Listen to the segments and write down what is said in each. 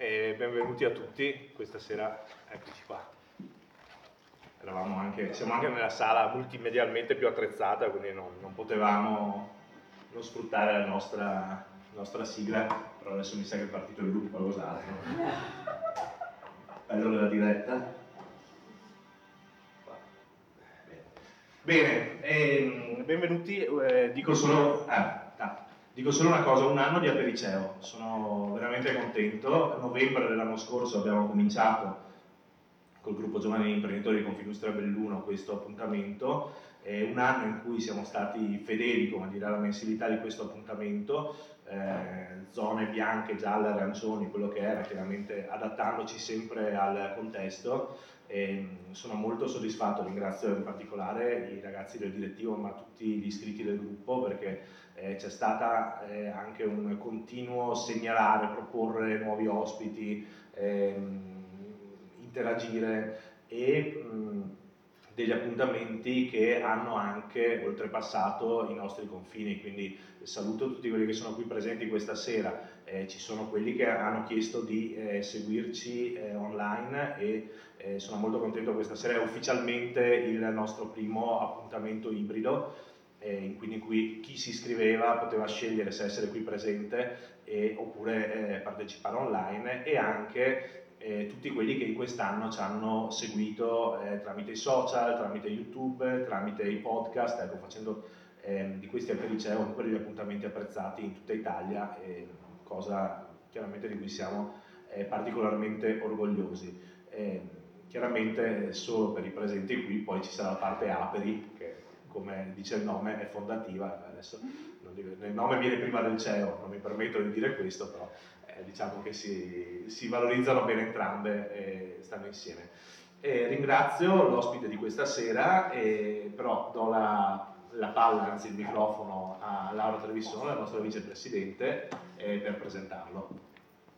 e benvenuti a tutti. Questa sera, eccoci qua. Siamo anche nella sala multimedialmente più attrezzata, quindi non potevamo non sfruttare la nostra sigla, però adesso mi sa che è partito il loop, qualcos'altro. Bello della diretta. Bene, benvenuti. Dico solo una cosa, un anno di Apericeo, sono veramente contento. A novembre dell'anno scorso abbiamo cominciato col gruppo Giovani Imprenditori di Confindustria Belluno questo appuntamento, un anno in cui siamo stati fedeli, come dire, alla mensilità di questo appuntamento, zone bianche, gialle, arancioni, quello che era, chiaramente adattandoci sempre al contesto. Sono molto soddisfatto, ringrazio in particolare i ragazzi del direttivo ma tutti gli iscritti del gruppo, perché c'è stata anche un continuo segnalare, proporre nuovi ospiti, interagire e degli appuntamenti che hanno anche oltrepassato i nostri confini, quindi saluto tutti quelli che sono qui presenti questa sera. Ci sono quelli che hanno chiesto di seguirci online e sono molto contento. Questa sera è ufficialmente il nostro primo appuntamento ibrido, quindi in cui chi si iscriveva poteva scegliere se essere qui presente oppure partecipare online, e anche tutti quelli che in quest'anno ci hanno seguito tramite i social, tramite YouTube, tramite i podcast, ecco, facendo di questi Apericeo uno degli appuntamenti apprezzati in tutta Italia, cosa chiaramente di cui siamo particolarmente orgogliosi. Chiaramente solo per i presenti qui, poi ci sarà la parte Aperi, che come dice il nome è fondativa. Adesso il nome viene prima del CEO, non mi permetto di dire questo, però diciamo che si valorizzano bene entrambe e stanno insieme. Ringrazio l'ospite di questa sera, però do la palla, anzi il microfono, a Laura Trevisone, la nostra vicepresidente, per presentarlo.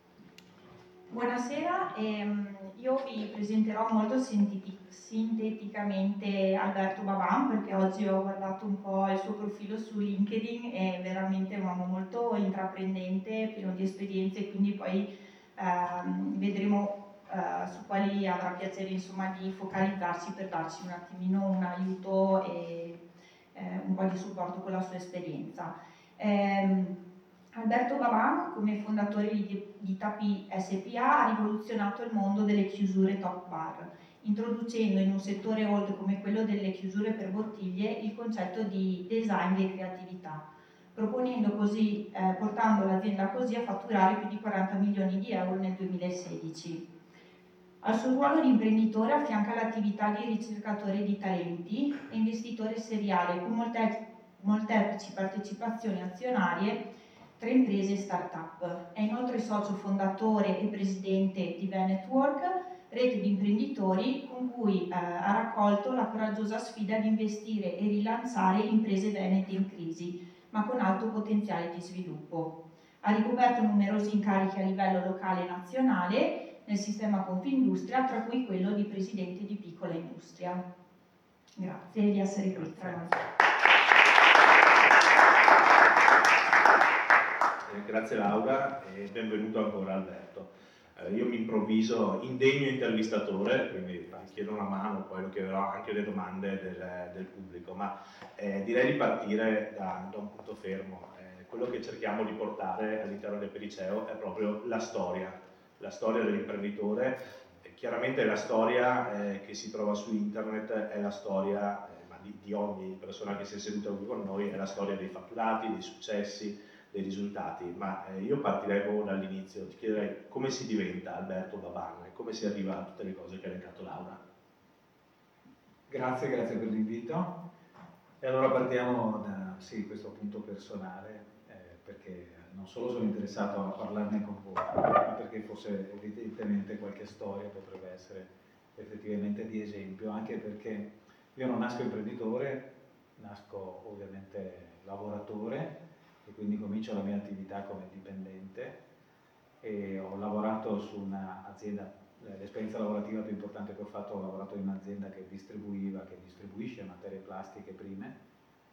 Buonasera, io vi presenterò molto sinteticamente Alberto Baban, perché oggi ho guardato un po' il suo profilo su LinkedIn, è veramente un uomo molto intraprendente, pieno di esperienze, quindi poi vedremo su quali avrà piacere, insomma, di focalizzarsi per darci un attimino un aiuto e un po' di supporto con la sua esperienza. Alberto Baban, come fondatore di Tapi SPA, ha rivoluzionato il mondo delle chiusure top bar, introducendo in un settore old come quello delle chiusure per bottiglie il concetto di design e creatività, portando l'azienda così a fatturare più di 40 milioni di euro nel 2016. Al suo ruolo di imprenditore affianca l'attività di ricercatore di talenti e investitore seriale con molteplici partecipazioni azionarie tra imprese e start-up. È inoltre socio fondatore e presidente di V-Network, rete di imprenditori con cui ha raccolto la coraggiosa sfida di investire e rilanciare imprese venete in crisi, ma con alto potenziale di sviluppo. Ha ricoperto numerosi incarichi a livello locale e nazionale nel sistema Confindustria, tra cui quello di presidente di Piccola Industria. Grazie di essere qui tra noi. Grazie Laura e benvenuto ancora Alberto. Io mi improvviso indegno intervistatore, quindi chiedo una mano, poi lo chiederò anche le domande del pubblico, ma direi di partire da un punto fermo. Quello che cerchiamo di portare all'interno del Apericeo è proprio la storia dell'imprenditore. Chiaramente la storia che si trova su internet è la storia di ogni persona che si è seduta qui con noi, è la storia dei fatturati, dei successi, dei risultati, ma io partirei proprio dall'inizio. Ti chiederei come si diventa Alberto Baban e come si arriva a tutte le cose che ha elencato Laura. Grazie per l'invito. E allora partiamo da questo punto personale, perché non solo sono interessato a parlarne con voi, ma perché forse evidentemente qualche storia potrebbe essere effettivamente di esempio, anche perché io non nasco imprenditore, nasco ovviamente lavoratore, e quindi comincio la mia attività come dipendente e ho lavorato su un'azienda, l'esperienza lavorativa più importante che ho fatto, ho lavorato in un'azienda che distribuisce materie plastiche prime,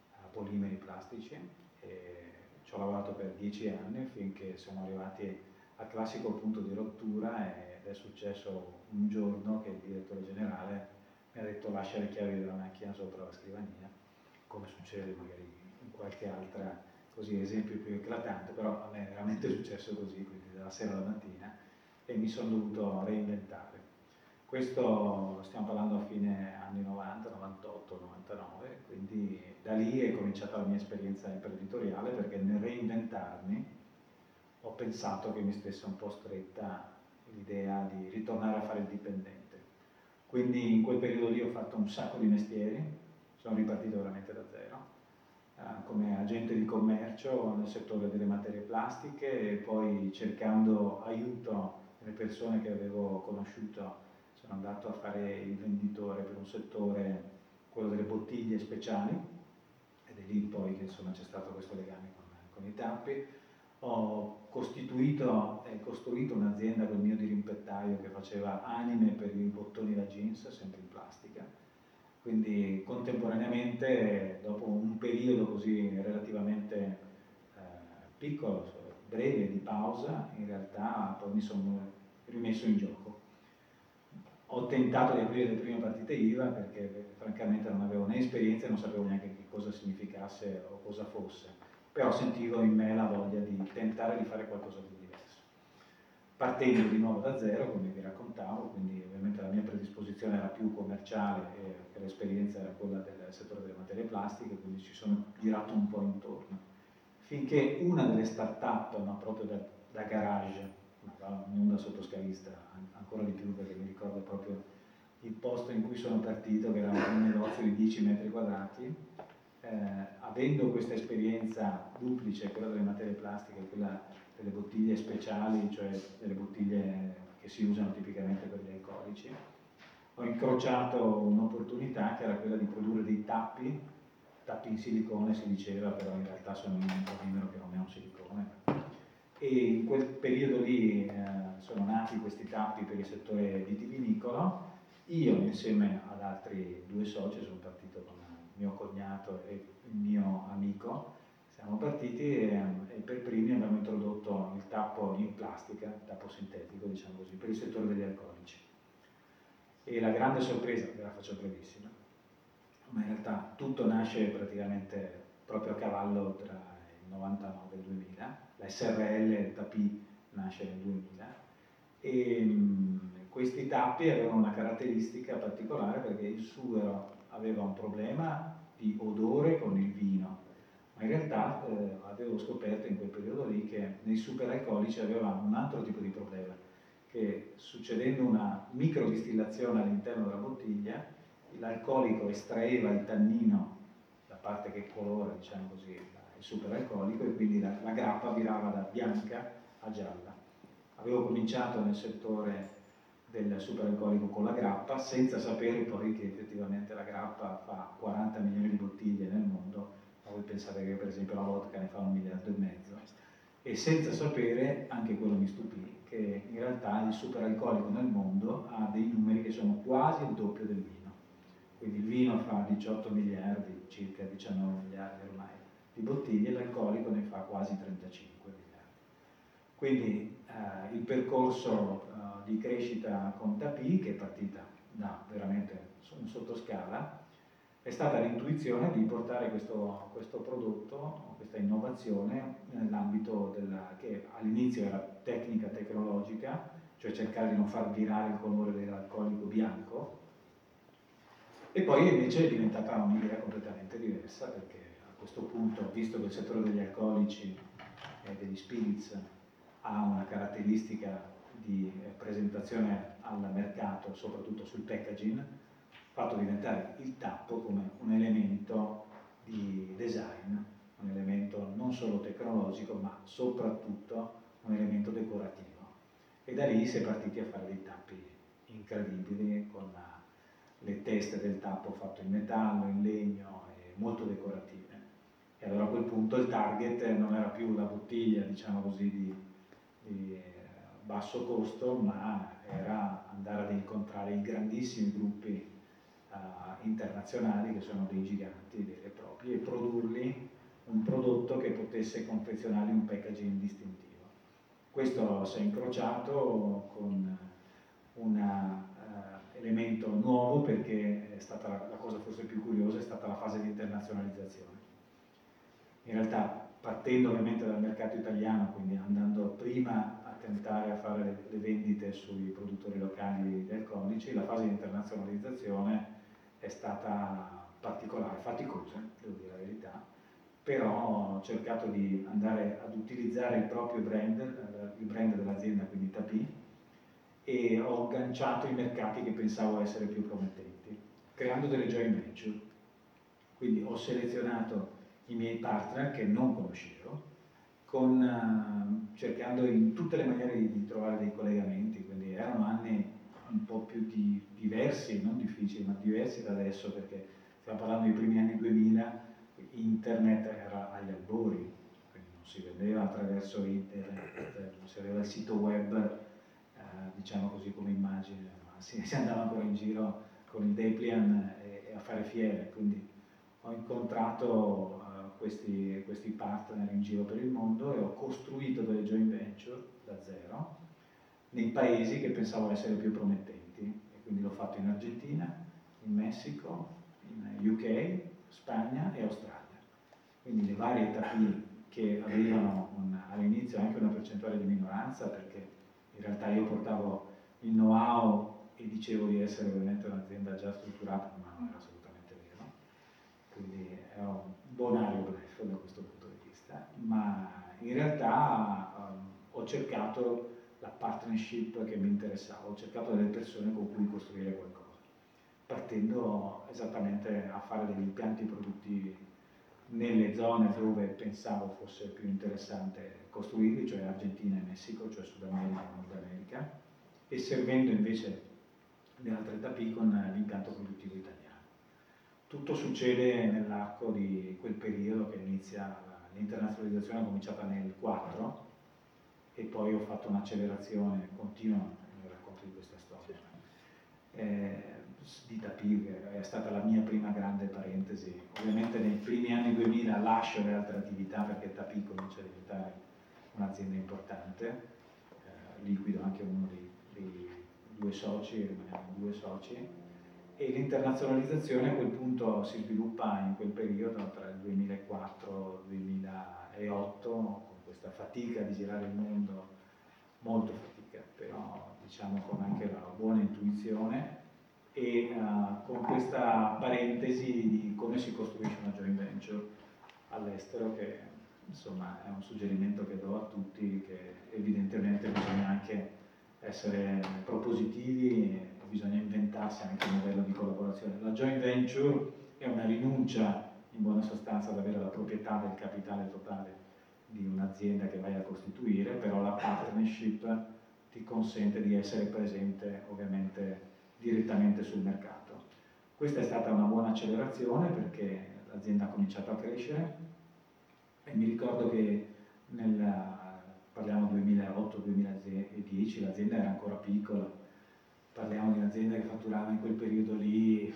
polimeri plastici, e ci ho lavorato per 10 anni finché siamo arrivati al classico punto di rottura, ed è successo un giorno che il direttore generale mi ha detto lascia le chiavi della macchina sopra la scrivania, come succede magari in qualche altra così esempio più eclatante, però a me è veramente successo così, quindi dalla sera alla mattina, e mi sono dovuto reinventare. Questo stiamo parlando a fine anni 90, 98, 99, quindi da lì è cominciata la mia esperienza imprenditoriale, perché nel reinventarmi ho pensato che mi stesse un po' stretta l'idea di ritornare a fare il dipendente. Quindi in quel periodo lì ho fatto un sacco di mestieri, sono ripartito veramente da zero, come agente di commercio nel settore delle materie plastiche, e poi cercando aiuto nelle persone che avevo conosciuto sono andato a fare il venditore per un settore, quello delle bottiglie speciali, ed è lì poi che insomma c'è stato questo legame con i tappi. Ho costruito un'azienda col mio dirimpettaio che faceva anime per i bottoni da jeans, sempre in plastica. Quindi contemporaneamente, dopo un periodo così relativamente piccolo, breve di pausa, in realtà poi mi sono rimesso in gioco. Ho tentato di aprire le prime partite IVA perché francamente non avevo né esperienza e non sapevo neanche che cosa significasse o cosa fosse, però sentivo in me la voglia di tentare di fare qualcosa di diverso. Partendo di nuovo da zero, come vi raccontavo, quindi ovviamente la mia predisposizione era più commerciale e l'esperienza era quella del settore delle materie plastiche, quindi ci sono girato un po' intorno. Finché una delle start-up, ma proprio da garage, non da sottoscalista, ancora di più perché mi ricordo proprio il posto in cui sono partito, che era un negozio di 10 metri quadrati, avendo questa esperienza duplice, quella delle materie plastiche e quella delle bottiglie speciali, cioè delle bottiglie che si usano tipicamente per gli alcolici, ho incrociato un'opportunità che era quella di produrre dei tappi in silicone si diceva, però in realtà sono in un polimero che non è un silicone. E in quel periodo lì sono nati questi tappi per il settore vitivinicolo. Io insieme ad altri 2 soci, sono partito con mio cognato e il mio amico, siamo partiti e per primi abbiamo introdotto il tappo in plastica, il tappo sintetico diciamo così, per il settore degli alcolici. E la grande sorpresa, ve la faccio brevissima, ma in realtà tutto nasce praticamente proprio a cavallo tra il 99 e il 2000, la SRL, il TAPI nasce nel 2000, e questi tappi avevano una caratteristica particolare perché il sughero aveva un problema di odore con il vino, ma in realtà avevo scoperto in quel periodo lì che nei superalcolici aveva un altro tipo di problema, che succedendo una microdistillazione all'interno della bottiglia, l'alcolico estraeva il tannino, la parte che colora, diciamo così, il superalcolico, e quindi la grappa virava da bianca a gialla. Avevo cominciato nel settore del superalcolico con la grappa, senza sapere poi che effettivamente la grappa fa 40 milioni di bottiglie nel mondo, ma voi pensate che per esempio la vodka ne fa 1,5 miliardi, e senza sapere, anche quello mi stupì, che in realtà il superalcolico nel mondo ha dei numeri che sono quasi il doppio del vino. Quindi il vino fa 18 miliardi, circa 19 miliardi ormai di bottiglie, l'alcolico ne fa quasi 35 miliardi. Quindi il percorso di crescita con TAPI, che è partita da veramente un sottoscala, è stata l'intuizione di portare questo prodotto, questa innovazione nell'ambito che all'inizio era tecnica tecnologica, cioè cercare di non far virare il colore dell'alcolico bianco, e poi invece è diventata un'idea completamente diversa, perché a questo punto, visto che il settore degli alcolici e degli spirits ha una caratteristica di presentazione al mercato, soprattutto sul packaging, fatto diventare il tappo come un elemento di design, un elemento non solo tecnologico, ma soprattutto un elemento decorativo. E da lì si è partiti a fare dei tappi incredibili, con le teste del tappo fatto in metallo, in legno e molto decorative. E allora a quel punto il target non era più la bottiglia, diciamo così, di basso costo, ma era andare ad incontrare i grandissimi gruppi internazionali, che sono dei giganti veri e propri, e produrli un prodotto che potesse confezionare un packaging distintivo. Questo si è incrociato con un elemento nuovo, perché è stata la cosa forse più curiosa, è stata la fase di internazionalizzazione. In realtà, partendo ovviamente dal mercato italiano, quindi andando prima a tentare a fare le vendite sui produttori locali del codice, la fase di internazionalizzazione è stata particolare, faticosa, devo dire la verità, però ho cercato di andare ad utilizzare il proprio brand, il brand dell'azienda, quindi Tapì, e ho agganciato i mercati che pensavo essere più promettenti, creando delle joint venture. Quindi ho selezionato i miei partner che non conoscevo, cercando in tutte le maniere di trovare dei collegamenti, quindi erano anni un po' più diversi, non difficili, ma diversi da adesso, perché stiamo parlando dei primi anni 2000, internet era agli albori, quindi non si vendeva attraverso internet, non si aveva il sito web, diciamo così, come immagine, ma si andava ancora in giro con il Deplian e a fare fiere, quindi ho incontrato questi partner in giro per il mondo e ho costruito delle joint venture da zero nei paesi che pensavo essere più promettenti, e quindi l'ho fatto in Argentina, in Messico, in UK, Spagna e Australia. Quindi le varie Tapì che avevano all'inizio anche una percentuale di minoranza, perché in realtà io portavo il know-how e dicevo di essere ovviamente un'azienda già strutturata, ma non era assolutamente vero. Quindi è un bonario bluff da questo punto di vista, ma in realtà ho cercato la partnership che mi interessava, ho cercato delle persone con cui costruire qualcosa, partendo esattamente a fare degli impianti produttivi nelle zone dove pensavo fosse più interessante costruirli, cioè Argentina e Messico, cioè Sud America e Nord America, e servendo invece le altre Tapì con l'impianto produttivo italiano. Tutto succede nell'arco di quel periodo che inizia, l'internazionalizzazione è cominciata nel 4 e poi ho fatto un'accelerazione continua nel racconto di questa storia. Di Tapì, che è stata la mia prima grande parentesi. Ovviamente nei primi anni 2000 lascio le altre attività perché Tapì comincia a diventare un'azienda importante, liquido anche uno dei due soci, rimaniamo due soci, e l'internazionalizzazione a quel punto si sviluppa in quel periodo tra il 2004 e il 2008, con questa fatica di girare il mondo, molto fatica, però diciamo con anche la buona intuizione e con questa parentesi di come si costruisce una joint venture all'estero, che insomma è un suggerimento che do a tutti, che evidentemente bisogna anche essere propositivi e bisogna inventarsi anche un modello di collaborazione. La joint venture è una rinuncia in buona sostanza ad avere la proprietà del capitale totale di un'azienda che vai a costituire, però la partnership ti consente di essere presente ovviamente direttamente sul mercato. Questa è stata una buona accelerazione perché l'azienda ha cominciato a crescere e mi ricordo che parliamo 2008-2010, l'azienda era ancora piccola, parliamo di un'azienda che fatturava in quel periodo lì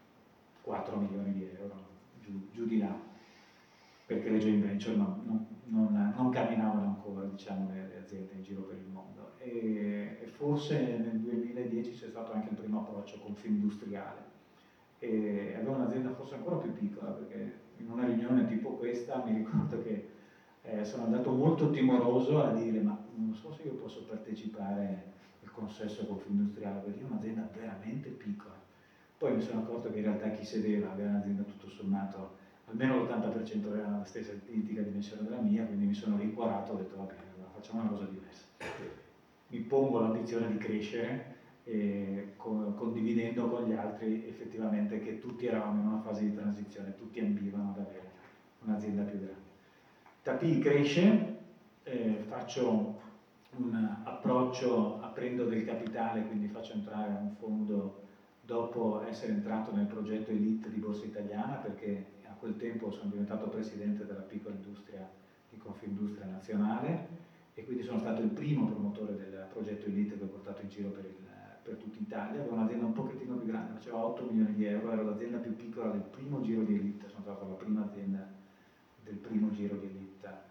4 milioni di euro, giù di là, perché le joint venture non camminavano ancora, diciamo, le aziende in giro per il mondo. E forse nel 2010 c'è stato anche il primo approccio confindustriale. E avevo un'azienda forse ancora più piccola, perché in una riunione tipo questa mi ricordo che sono andato molto timoroso a dire ma non so se io posso partecipare al consesso confindustriale, perché io ho un'azienda veramente piccola. Poi mi sono accorto che in realtà chi sedeva aveva un'azienda tutto sommato, almeno l'80% aveva la stessa identica dimensione della mia, quindi mi sono rincuorato e ho detto va bene, allora facciamo una cosa diversa. Mi pongo l'ambizione di crescere, condividendo con gli altri effettivamente che tutti eravamo in una fase di transizione, tutti ambivano ad avere un'azienda più grande. Tapì cresce, faccio un approccio, aprendo del capitale, quindi faccio entrare un fondo dopo essere entrato nel progetto Elite di Borsa Italiana, perché a quel tempo sono diventato presidente della piccola industria di Confindustria Nazionale e quindi sono stato il primo promotore del progetto Elite che ho portato in giro per tutta Italia. Avevo un'azienda un pochettino più grande, faceva 8 milioni di euro, ero l'azienda più piccola del primo giro di Elite, sono stato la prima azienda del primo giro di Elite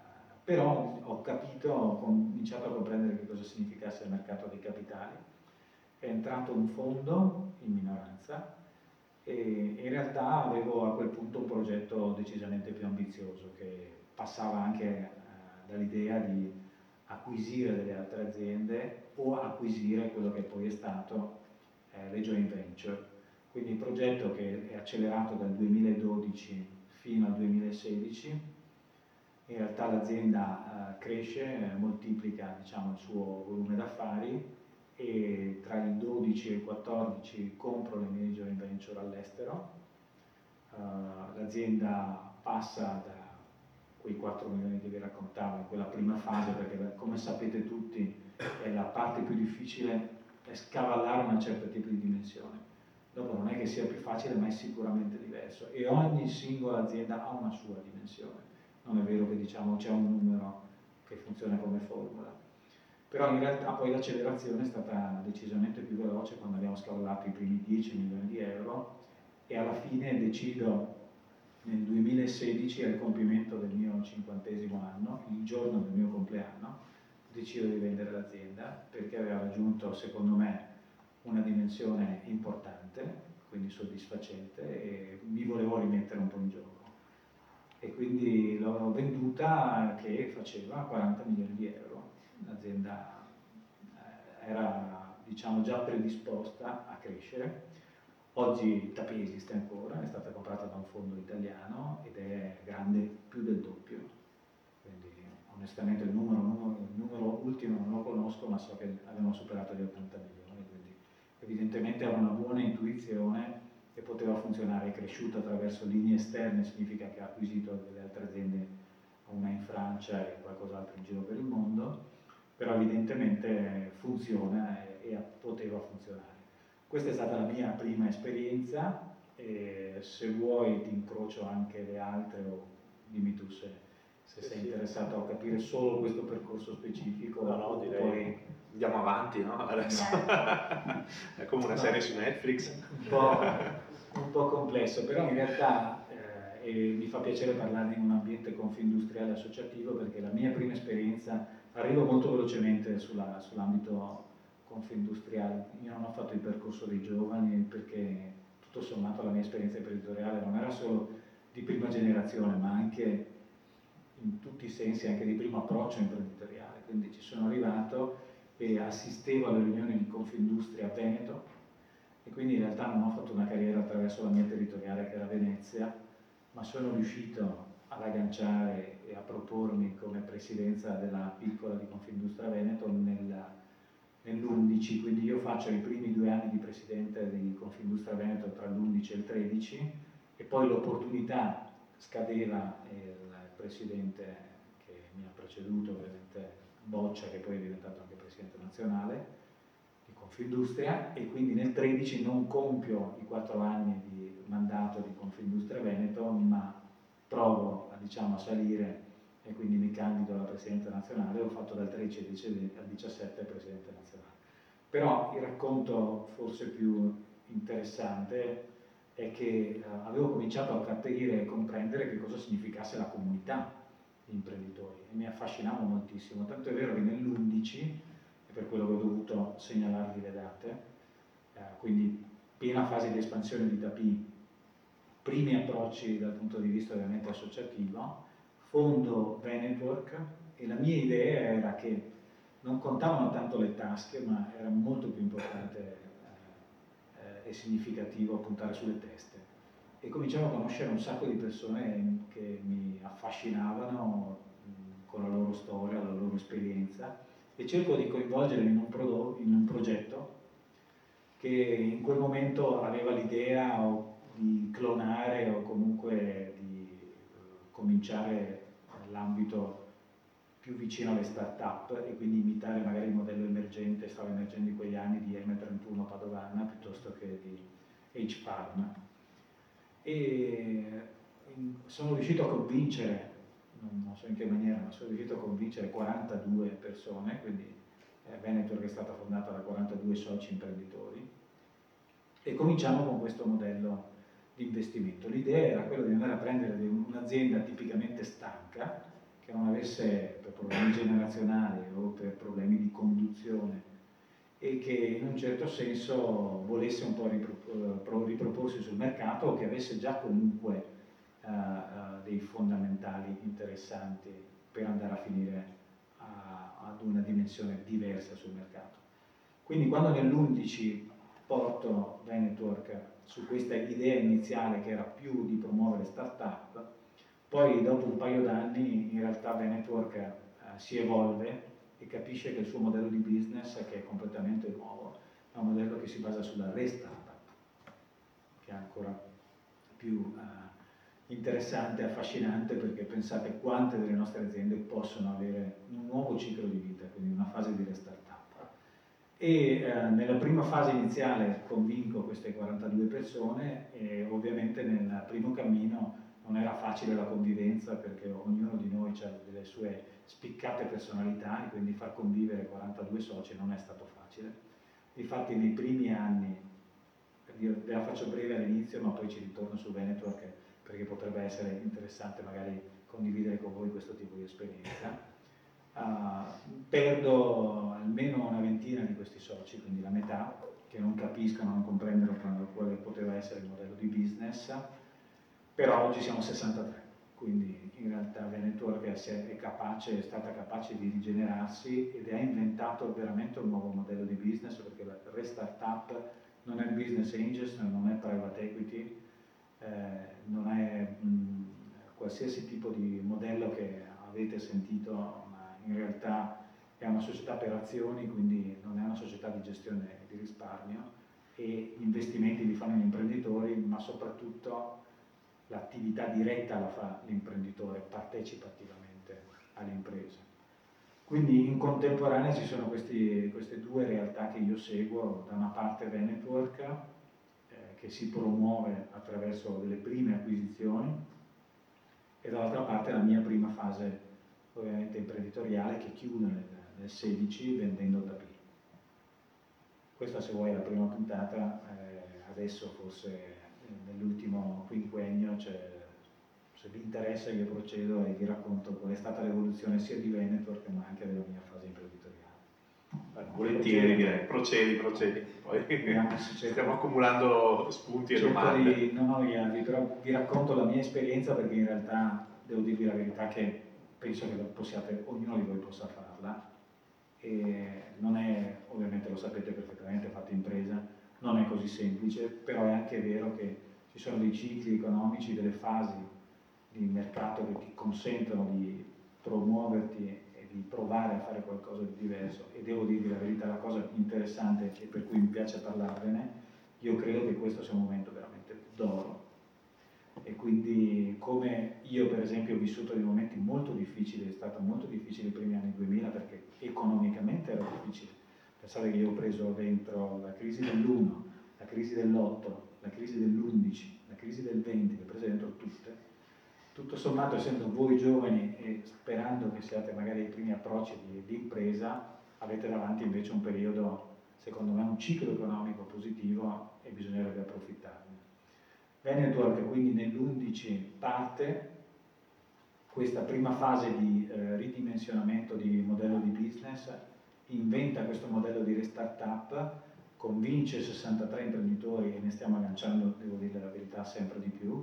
però ho cominciato a comprendere che cosa significasse il mercato dei capitali. È entrato un fondo in minoranza e in realtà avevo a quel punto un progetto decisamente più ambizioso che passava anche dall'idea di acquisire delle altre aziende o acquisire quello che poi è stato le joint venture. Quindi il progetto che è accelerato dal 2012 fino al 2016, in realtà l'azienda cresce, moltiplica diciamo, il suo volume d'affari e tra il 12 e il 14 compro le mie joint venture all'estero. L'azienda passa da quei 4 milioni che vi raccontavo in quella prima fase, perché come sapete tutti è la parte più difficile, è scavallare una certa tipo di dimensione. Dopo non è che sia più facile, ma è sicuramente diverso e ogni singola azienda ha una sua dimensione. Non è vero che diciamo c'è un numero che funziona come formula. Però in realtà poi l'accelerazione è stata decisamente più veloce quando abbiamo scavallato i primi 10 milioni di euro e alla fine decido nel 2016, al compimento del mio 50° anno, il giorno del mio compleanno, decido di vendere l'azienda perché aveva raggiunto, secondo me, una dimensione importante, quindi soddisfacente, e mi volevo rimettere un po' in gioco. E quindi l'ho venduta che faceva 40 milioni di euro. L'azienda era diciamo, già predisposta a crescere. Oggi Tapì esiste ancora, è stata comprata da un fondo italiano ed è grande più del doppio. Quindi onestamente il numero ultimo non lo conosco, ma so che abbiamo superato gli 80 milioni, quindi evidentemente era una buona intuizione che poteva funzionare. È cresciuta attraverso linee esterne, significa che ha acquisito delle altre aziende, una in Francia e qualcos'altro in giro per il mondo, però evidentemente funziona e poteva funzionare. Questa è stata la mia prima esperienza e se vuoi ti incrocio anche le altre o dimmi tu se sei interessato a capire solo questo percorso specifico. No, direi poi andiamo avanti, no? Adesso è come una serie su Netflix. Un po' complesso, però in realtà mi fa piacere parlare in un ambiente confindustriale associativo perché la mia prima esperienza, arrivo molto velocemente sull'ambito confindustriale. Io non ho fatto il percorso dei giovani perché tutto sommato la mia esperienza imprenditoriale non era solo di prima generazione, ma anche in tutti i sensi anche di primo approccio imprenditoriale. Quindi ci sono arrivato e assistevo alle riunioni di Confindustria a Veneto e quindi in realtà non ho fatto una carriera attraverso la mia territoriale che era Venezia, ma sono riuscito ad agganciare e a propormi come presidenza della piccola di Confindustria Veneto nell'11, quindi io faccio i primi 2 anni di presidente di Confindustria Veneto tra l'11 e il 13 e poi l'opportunità scadeva il presidente che mi ha preceduto, ovviamente Boccia, che poi è diventato anche presidente nazionale di Confindustria, e quindi nel 13 non compio i 4 anni di mandato di Confindustria Veneto, ma provo diciamo, a salire e quindi mi candido alla presidenza nazionale. Ho fatto dal 13 al 17 presidente nazionale. Però il racconto forse più interessante è che avevo cominciato a capire e comprendere che cosa significasse la comunità di imprenditori e mi affascinava moltissimo, tanto è vero che nell'11, e per quello che ho dovuto segnalarvi le date, quindi piena fase di espansione di Tapì, primi approcci dal punto di vista ovviamente associativo, fondo Venetwork, e la mia idea era che non contavano tanto le tasche, ma era molto più importante e significativo puntare sulle teste. E cominciavo a conoscere un sacco di persone che mi affascinavano con la loro storia, la loro esperienza, e cerco di coinvolgerli in un progetto che in quel momento aveva l'idea di clonare o comunque di cominciare l'ambito più vicino alle start-up e quindi imitare magari il modello emergente, stava emergendo in quegli anni di M31 Padovana piuttosto che di H-Farm. E sono riuscito a convincere, non so in che maniera, ma sono riuscito a convincere 42 persone, quindi Veneto che è stata fondata da 42 soci imprenditori, e cominciamo con questo modello di investimento. L'idea era quella di andare a prendere un'azienda tipicamente stanca, che non avesse per problemi generazionali o per problemi di conduzione, e che in un certo senso volesse un po' riproporsi sul mercato, o che avesse già comunque dei fondamentali interessanti per andare a finire ad una dimensione diversa sul mercato. Quindi quando nell'11 porto Venetwork su questa idea iniziale che era più di promuovere start-up, poi dopo un paio d'anni in realtà Venetwork si evolve e capisce che il suo modello di business, che è completamente nuovo, è un modello che si basa sulla re-startup, che è ancora più interessante e affascinante, perché pensate quante delle nostre aziende possono avere un nuovo ciclo di vita, quindi una fase di re-startup. E nella prima fase iniziale convinco queste 42 persone, e ovviamente nel primo cammino non era facile la convivenza, perché ognuno di noi ha delle sue spiccate personalità, e quindi far convivere 42 soci non è stato facile. Infatti nei primi anni, io ve la faccio breve all'inizio, ma poi ci ritorno su Venetwork, perché potrebbe essere interessante magari condividere con voi questo tipo di esperienza. Perdo almeno una ventina di questi soci, quindi la metà, che non capiscono, non comprendono quale poteva essere il modello di business, però oggi siamo 63, quindi in realtà Venetwork è stata capace di rigenerarsi ed ha inventato veramente un nuovo modello di business, perché la re-startup non è business angels, non è private equity, non è qualsiasi tipo di modello che avete sentito, ma in realtà è una società per azioni, quindi non è una società di gestione di risparmio, e gli investimenti li fanno gli imprenditori, ma soprattutto l'attività diretta la fa l'imprenditore, partecipa attivamente all'impresa. Quindi in contemporanea ci sono queste due realtà che io seguo: da una parte Venetwork, che si promuove attraverso delle prime acquisizioni, e dall'altra parte la mia prima fase ovviamente imprenditoriale, che chiude nel 16 vendendo da B. Questa, se vuoi, è la prima puntata. Adesso forse nell'ultimo quinquennio, se vi interessa io procedo e vi racconto qual è stata l'evoluzione sia di Venetwork ma anche della mia fase imprenditoriale. Volentieri, direi, procedi. Poi stiamo accumulando spunti e domande. Non annoiarvi, però vi racconto la mia esperienza, perché in realtà devo dirvi la verità che penso che ognuno di voi possa farla. E non è, ovviamente lo sapete perfettamente, fate impresa, non è così semplice, però è anche vero che ci sono dei cicli economici, delle fasi di mercato che ti consentono di promuoverti e di provare a fare qualcosa di diverso. E devo dirvi la verità, la cosa interessante e per cui mi piace parlarvene, io credo che questo sia un momento veramente d'oro. E quindi, come io per esempio ho vissuto dei momenti molto difficili, è stato molto difficile i primi anni 2000, perché economicamente era difficile. Pensate che io ho preso dentro la crisi dell'1, la crisi dell'8, la crisi dell'11, la crisi del 20, le ho prese dentro tutte. Tutto sommato, essendo voi giovani e sperando che siate magari ai primi approcci di impresa, avete davanti invece un periodo, secondo me, un ciclo economico positivo, e bisognerebbe approfittarne. Venetwork quindi nell'11 parte questa prima fase di ridimensionamento di modello di business, inventa questo modello di re-startup, convince 63 imprenditori, e ne stiamo agganciando, devo dire la verità, sempre di più,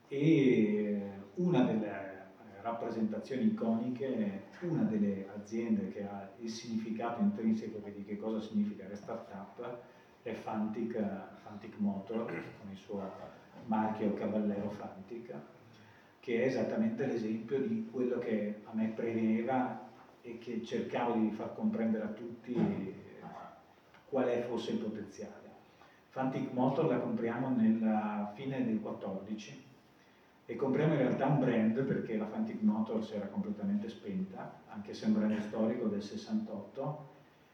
e una delle rappresentazioni iconiche, una delle aziende che ha il significato intrinseco di che cosa significa re-startup, è Fantic Motor, con il suo marchio Cavallero Fantic, che è esattamente l'esempio di quello che a me premeva e che cercavo di far comprendere a tutti quale fosse il potenziale. Fantic Motor la compriamo nella fine del 14 e compriamo in realtà un brand, perché la Fantic Motor si era completamente spenta, anche se è un brand storico del 68,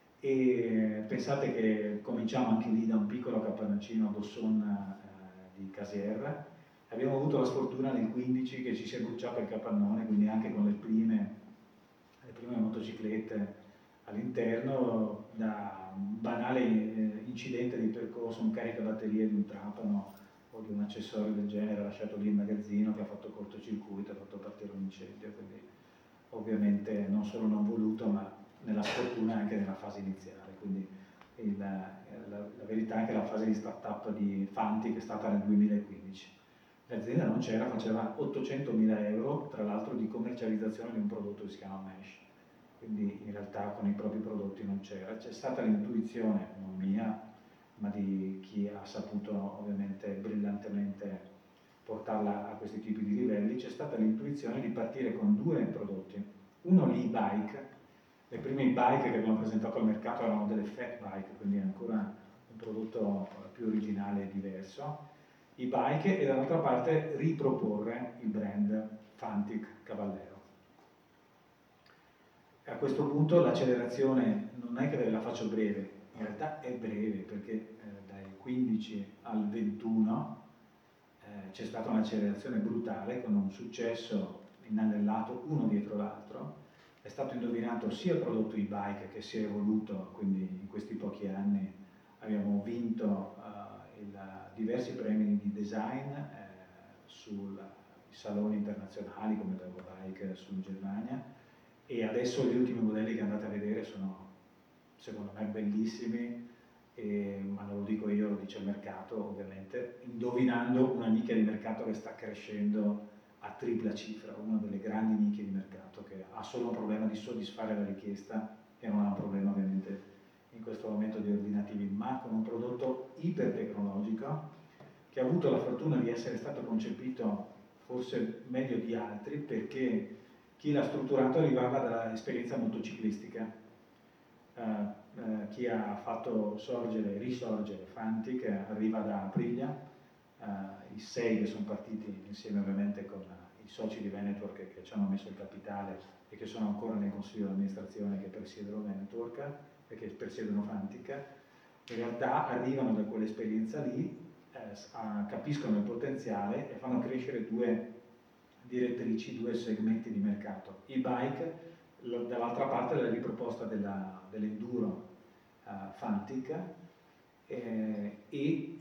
e pensate che cominciamo anche lì da un piccolo capannocino a Dosson di Casier. Abbiamo avuto la sfortuna nel 15 che ci si è bruciato il capannone, quindi anche con le prime motociclette all'interno, da un banale incidente di percorso, un caricabatterie di un trapano o di un accessorio del genere lasciato lì in magazzino, che ha fatto cortocircuito, ha fatto partire un incendio. Quindi ovviamente non solo non voluto, ma nella sfortuna anche nella fase iniziale. Quindi la verità è che la fase di startup di Fantic è stata nel 2015. L'azienda non c'era, faceva 800.000 euro, tra l'altro, di commercializzazione di un prodotto che si chiama Mesh. Quindi in realtà con i propri prodotti non c'era. C'è stata l'intuizione, non mia, ma di chi ha saputo ovviamente brillantemente portarla a questi tipi di livelli. C'è stata l'intuizione di partire con 2 prodotti. Uno, l'e-bike. Le prime e-bike che abbiamo presentato al mercato erano delle fat bike, quindi ancora un prodotto più originale e diverso. E-bike, e dall'altra parte riproporre il brand Fantic Cavallero. A questo punto l'accelerazione non è che ve la faccio breve, in realtà è breve, perché dai 15 al 21 c'è stata un'accelerazione brutale con un successo inanellato uno dietro l'altro. È stato indovinato sia il prodotto e-bike che si è evoluto, quindi in questi pochi anni abbiamo vinto diversi premi di design sui saloni internazionali come l'Eurobike in Germania, e adesso gli ultimi modelli che andate a vedere sono secondo me bellissimi, ma non lo dico io, lo dice il mercato ovviamente, indovinando una nicchia di mercato che sta crescendo a tripla cifra, una delle grandi nicchie di mercato che ha solo un problema di soddisfare la richiesta e non ha un problema ovviamente in questo momento di ordinativi, ma con un prodotto ipertecnologico che ha avuto la fortuna di essere stato concepito forse meglio di altri, perché chi l'ha strutturato arrivava dall'esperienza motociclistica. Chi ha fatto risorgere Fantic arriva da Aprilia, i 6 che sono partiti insieme ovviamente con i soci di Venetwork che ci hanno messo il capitale e che sono ancora nel consiglio di amministrazione che presiedono Venetwork e che presiedono Fantic. In realtà arrivano da quell'esperienza lì, capiscono il potenziale e fanno crescere 2 direttrici, 2 segmenti di mercato. E-bike, dall'altra parte la riproposta dell'enduro Fantic, e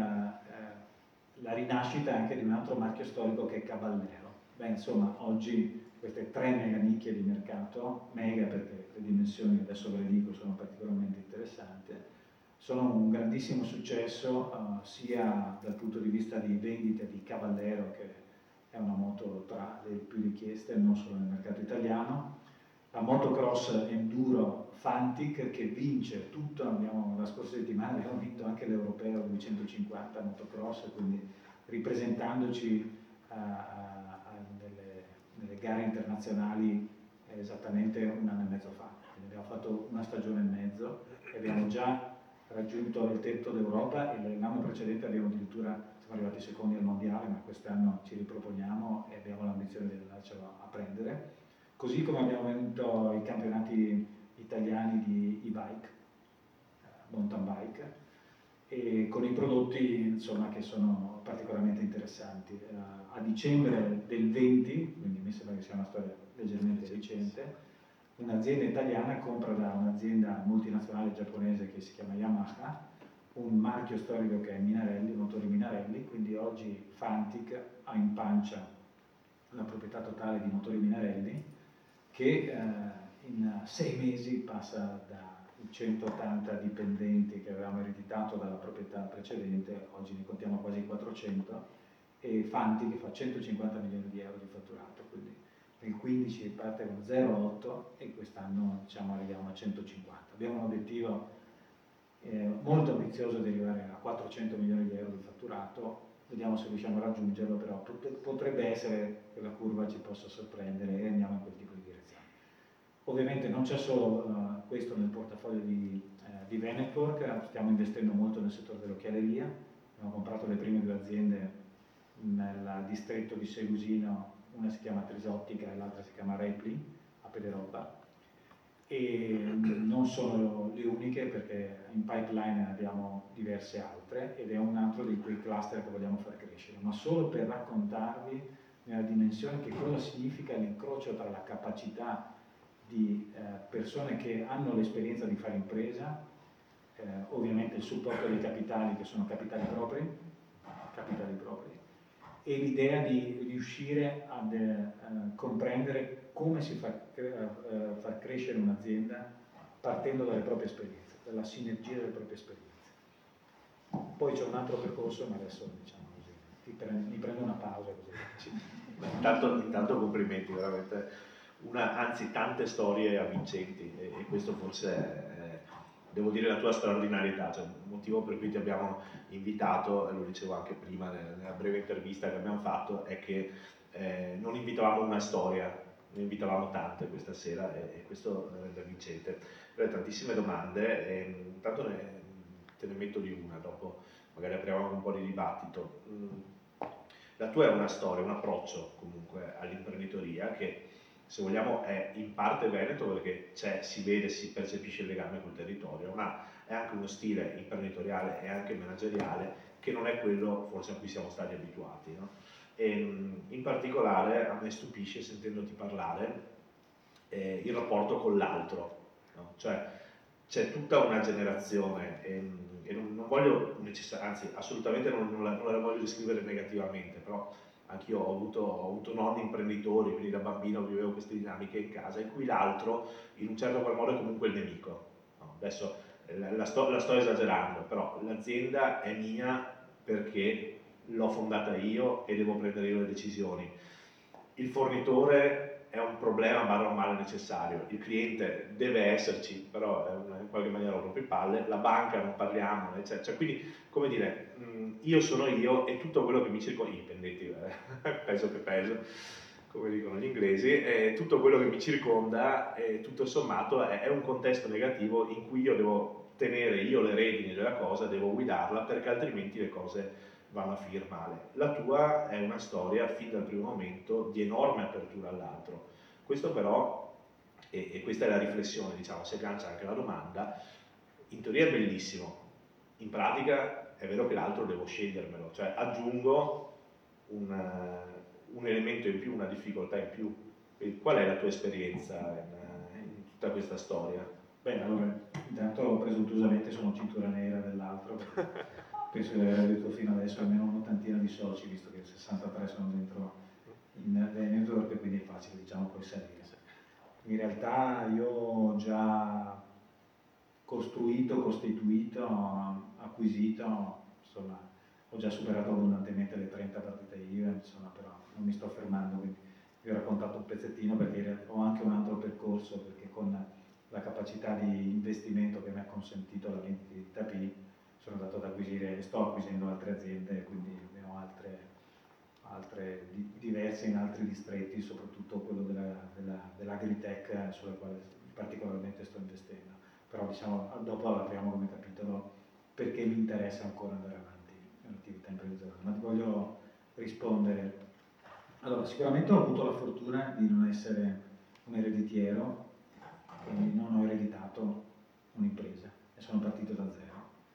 la rinascita anche di un altro marchio storico che è Cavallero. Beh, insomma, oggi queste 3 mega nicchie di mercato, mega perché le dimensioni, adesso ve le dico, sono particolarmente interessanti, sono un grandissimo successo sia dal punto di vista di vendita di Cavallero, che è una moto tra le più richieste non solo nel mercato italiano, la motocross enduro Fantic che vince tutto. La scorsa settimana abbiamo vinto anche l'Europeo 250 motocross, quindi ripresentandoci nelle gare internazionali esattamente un anno e mezzo fa. Quindi abbiamo fatto una stagione e mezzo e abbiamo già raggiunto il tetto d'Europa, e l'anno precedente siamo arrivati secondi al mondiale, ma quest'anno ci riproponiamo e abbiamo l'ambizione di andarcelo a prendere. Così come abbiamo vinto i campionati italiani di e-bike, mountain bike, e con i prodotti insomma che sono particolarmente interessanti. A dicembre del 20, quindi mi sembra che sia una storia leggermente recente, un'azienda italiana compra da un'azienda multinazionale giapponese che si chiama Yamaha un marchio storico che è Minarelli, motori Minarelli, quindi oggi Fantic ha in pancia la proprietà totale di motori Minarelli, che in 6 mesi passa dai 180 dipendenti che avevamo ereditato dalla proprietà precedente, oggi ne contiamo quasi 400, e Fantic fa 150 milioni di euro di fatturato, quindi nel 15 parte con 0,8 e quest'anno diciamo arriviamo a 150. Abbiamo un obiettivo molto ambizioso di arrivare a 400 milioni di euro di fatturato, vediamo se riusciamo a raggiungerlo, però potrebbe essere che la curva ci possa sorprendere e andiamo in quel tipo di direzione. Ovviamente non c'è solo questo nel portafoglio di Venetwork, stiamo investendo molto nel settore dell'occhialeria, abbiamo comprato le prime 2 aziende nel distretto di Segusino, una si chiama Trisottica e l'altra si chiama Repli, a Pederobba, e non sono le uniche perché in pipeline ne abbiamo diverse altre ed è un altro di quei cluster che vogliamo far crescere, ma solo per raccontarvi nella dimensione che cosa significa l'incrocio tra la capacità di persone che hanno l'esperienza di fare impresa, ovviamente il supporto dei capitali che sono capitali propri, e l'idea di riuscire a comprendere come si fa far crescere un'azienda partendo dalle proprie esperienze, dalla sinergia delle proprie esperienze. Poi c'è un altro percorso, ma adesso diciamo così, mi prendo una pausa così. Intanto complimenti, veramente. Anzi, tante storie avvincenti e questo forse è, devo dire, la tua straordinarietà, cioè, il motivo per cui ti abbiamo invitato, e lo dicevo anche prima nella breve intervista che abbiamo fatto, è che non invitavamo una storia, ne invitavamo tante questa sera e questo rende vincente. Però tantissime domande, e intanto te ne metto di una, dopo magari apriamo anche un po' di dibattito. La tua è una storia, un approccio comunque all'imprenditoria che, se vogliamo, è in parte veneto perché si vede, si percepisce il legame col territorio, ma è anche uno stile imprenditoriale e anche manageriale che non è quello forse a cui siamo stati abituati, no? E, in particolare a me stupisce, sentendoti parlare, il rapporto con l'altro, no? Cioè c'è tutta una generazione e non voglio anzi assolutamente non la voglio descrivere negativamente, però anch'io ho avuto nonni imprenditori, quindi da bambino vivevo queste dinamiche in casa in cui l'altro in un certo qual modo è comunque il nemico, no? Adesso la sto esagerando, però l'azienda è mia perché l'ho fondata io e devo prendere io le decisioni. Il fornitore è un problema / un male necessario, il cliente deve esserci, però in qualche maniera un rompipalle, la banca non parliamo, eccetera. Cioè, quindi, come dire, io sono io e tutto quello che mi circonda, indipendenti, peso che peso, come dicono gli inglesi, e tutto quello che mi circonda, tutto sommato, è un contesto negativo in cui io devo tenere le redini della cosa, devo guidarla, perché altrimenti le cose vanno a finire male. La tua è una storia fin dal primo momento di enorme apertura all'altro. Questo però, e questa è la riflessione, diciamo, si aggancia anche alla domanda, in teoria è bellissimo, in pratica è vero che l'altro devo scegliermelo, cioè aggiungo un elemento in più, una difficoltà in più. E qual è la tua esperienza in tutta questa storia? Beh, allora, intanto presuntuosamente sono cintura nera dell'altro, penso di aver avuto fino adesso almeno un'ottantina di soci, visto che 63 sono dentro in network, quindi è facile, diciamo, poi salire. In realtà io ho già costruito, costituito, acquisito, insomma, ho già superato abbondantemente le 30 partite IVA, insomma, però non mi sto fermando, quindi vi ho raccontato un pezzettino perché ho anche un altro percorso, perché con la capacità di investimento che mi ha consentito la vendita di TAP sono andato ad acquisire e sto acquisendo altre aziende, quindi ne ho altre diverse in altri distretti, soprattutto quello dell'agritech sulla quale particolarmente sto investendo. Però diciamo, dopo apriamo come capitolo perché mi interessa ancora andare avanti nell'attività imprenditoriale. Ma ti voglio rispondere. Allora, sicuramente ho avuto la fortuna di non essere un ereditiero, quindi non ho ereditato un'impresa e sono partito da zero.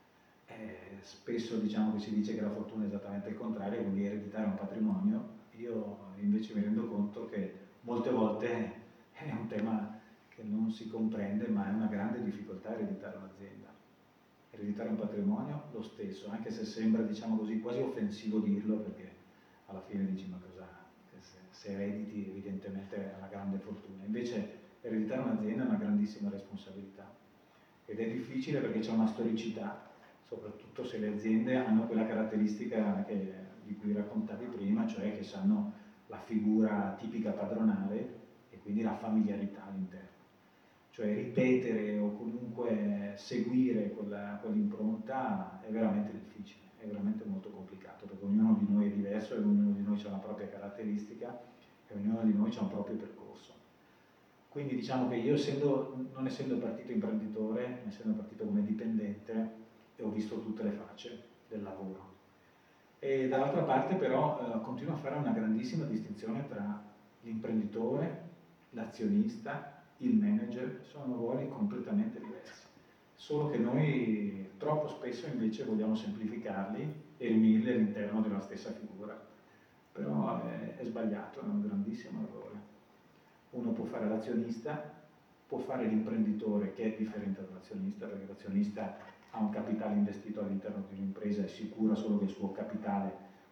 Spesso diciamo che si dice che la fortuna è esattamente il contrario, quindi ereditare un patrimonio. Io invece mi rendo conto che molte volte è un tema che non si comprende, ma è una grande difficoltà ereditare un'azienda. Ereditare un patrimonio lo stesso, anche se sembra, diciamo così, quasi offensivo dirlo, perché alla fine dici ma cosa, se erediti evidentemente è una grande fortuna. Invece ereditare un'azienda è una grandissima responsabilità ed è difficile perché c'è una storicità, soprattutto se le aziende hanno quella caratteristica di cui raccontavi prima, cioè che hanno la figura tipica padronale e quindi la familiarità all'interno. Cioè ripetere o comunque seguire quell'impronta è veramente difficile, è veramente molto complicato, perché ognuno di noi è diverso e ognuno di noi ha una propria caratteristica e ognuno di noi ha un proprio percorso. Quindi diciamo che io non essendo partito imprenditore, essendo partito come dipendente, ho visto tutte le facce del lavoro. E dall'altra parte però continuo a fare una grandissima distinzione tra l'imprenditore, l'azionista, il manager, sono ruoli completamente diversi. Solo che noi troppo spesso invece vogliamo semplificarli e riunirli all'interno della stessa figura. Però è sbagliato, è un grandissimo errore. Uno può fare l'azionista, può fare l'imprenditore che è differente dall'azionista, perché l'azionista ha un capitale investito all'interno di un'impresa, è sicuro solo che il suo capitale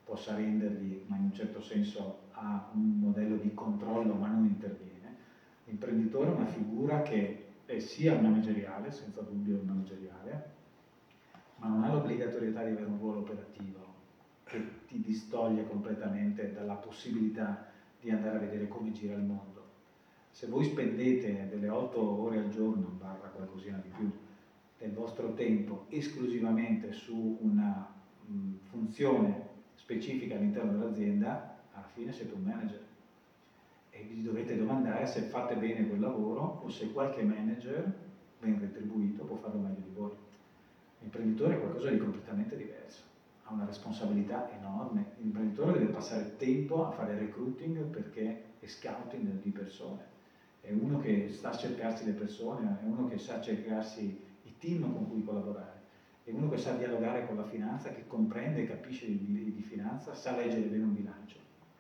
possa rendergli, ma in un certo senso ha un modello di controllo ma non interviene. L'imprenditore è una figura che è sia manageriale, senza dubbio manageriale, ma non ha l'obbligatorietà di avere un ruolo operativo che ti distoglie completamente dalla possibilità di andare a vedere come gira il mondo. Se voi spendete delle 8 ore al giorno, barra qualcosina di più, del vostro tempo esclusivamente su una funzione specifica all'interno dell'azienda, alla fine siete un manager e vi dovete domandare se fate bene quel lavoro o se qualche manager ben retribuito può farlo meglio di voi. L'imprenditore è qualcosa di completamente diverso, ha una responsabilità enorme. L'imprenditore deve passare tempo a fare recruiting perché è scouting di persone, è uno che sa cercarsi le persone, è uno che sa cercarsi i team con cui collaborare, è uno che sa dialogare con la finanza, che comprende e capisce di finanza, sa leggere bene un bilancio.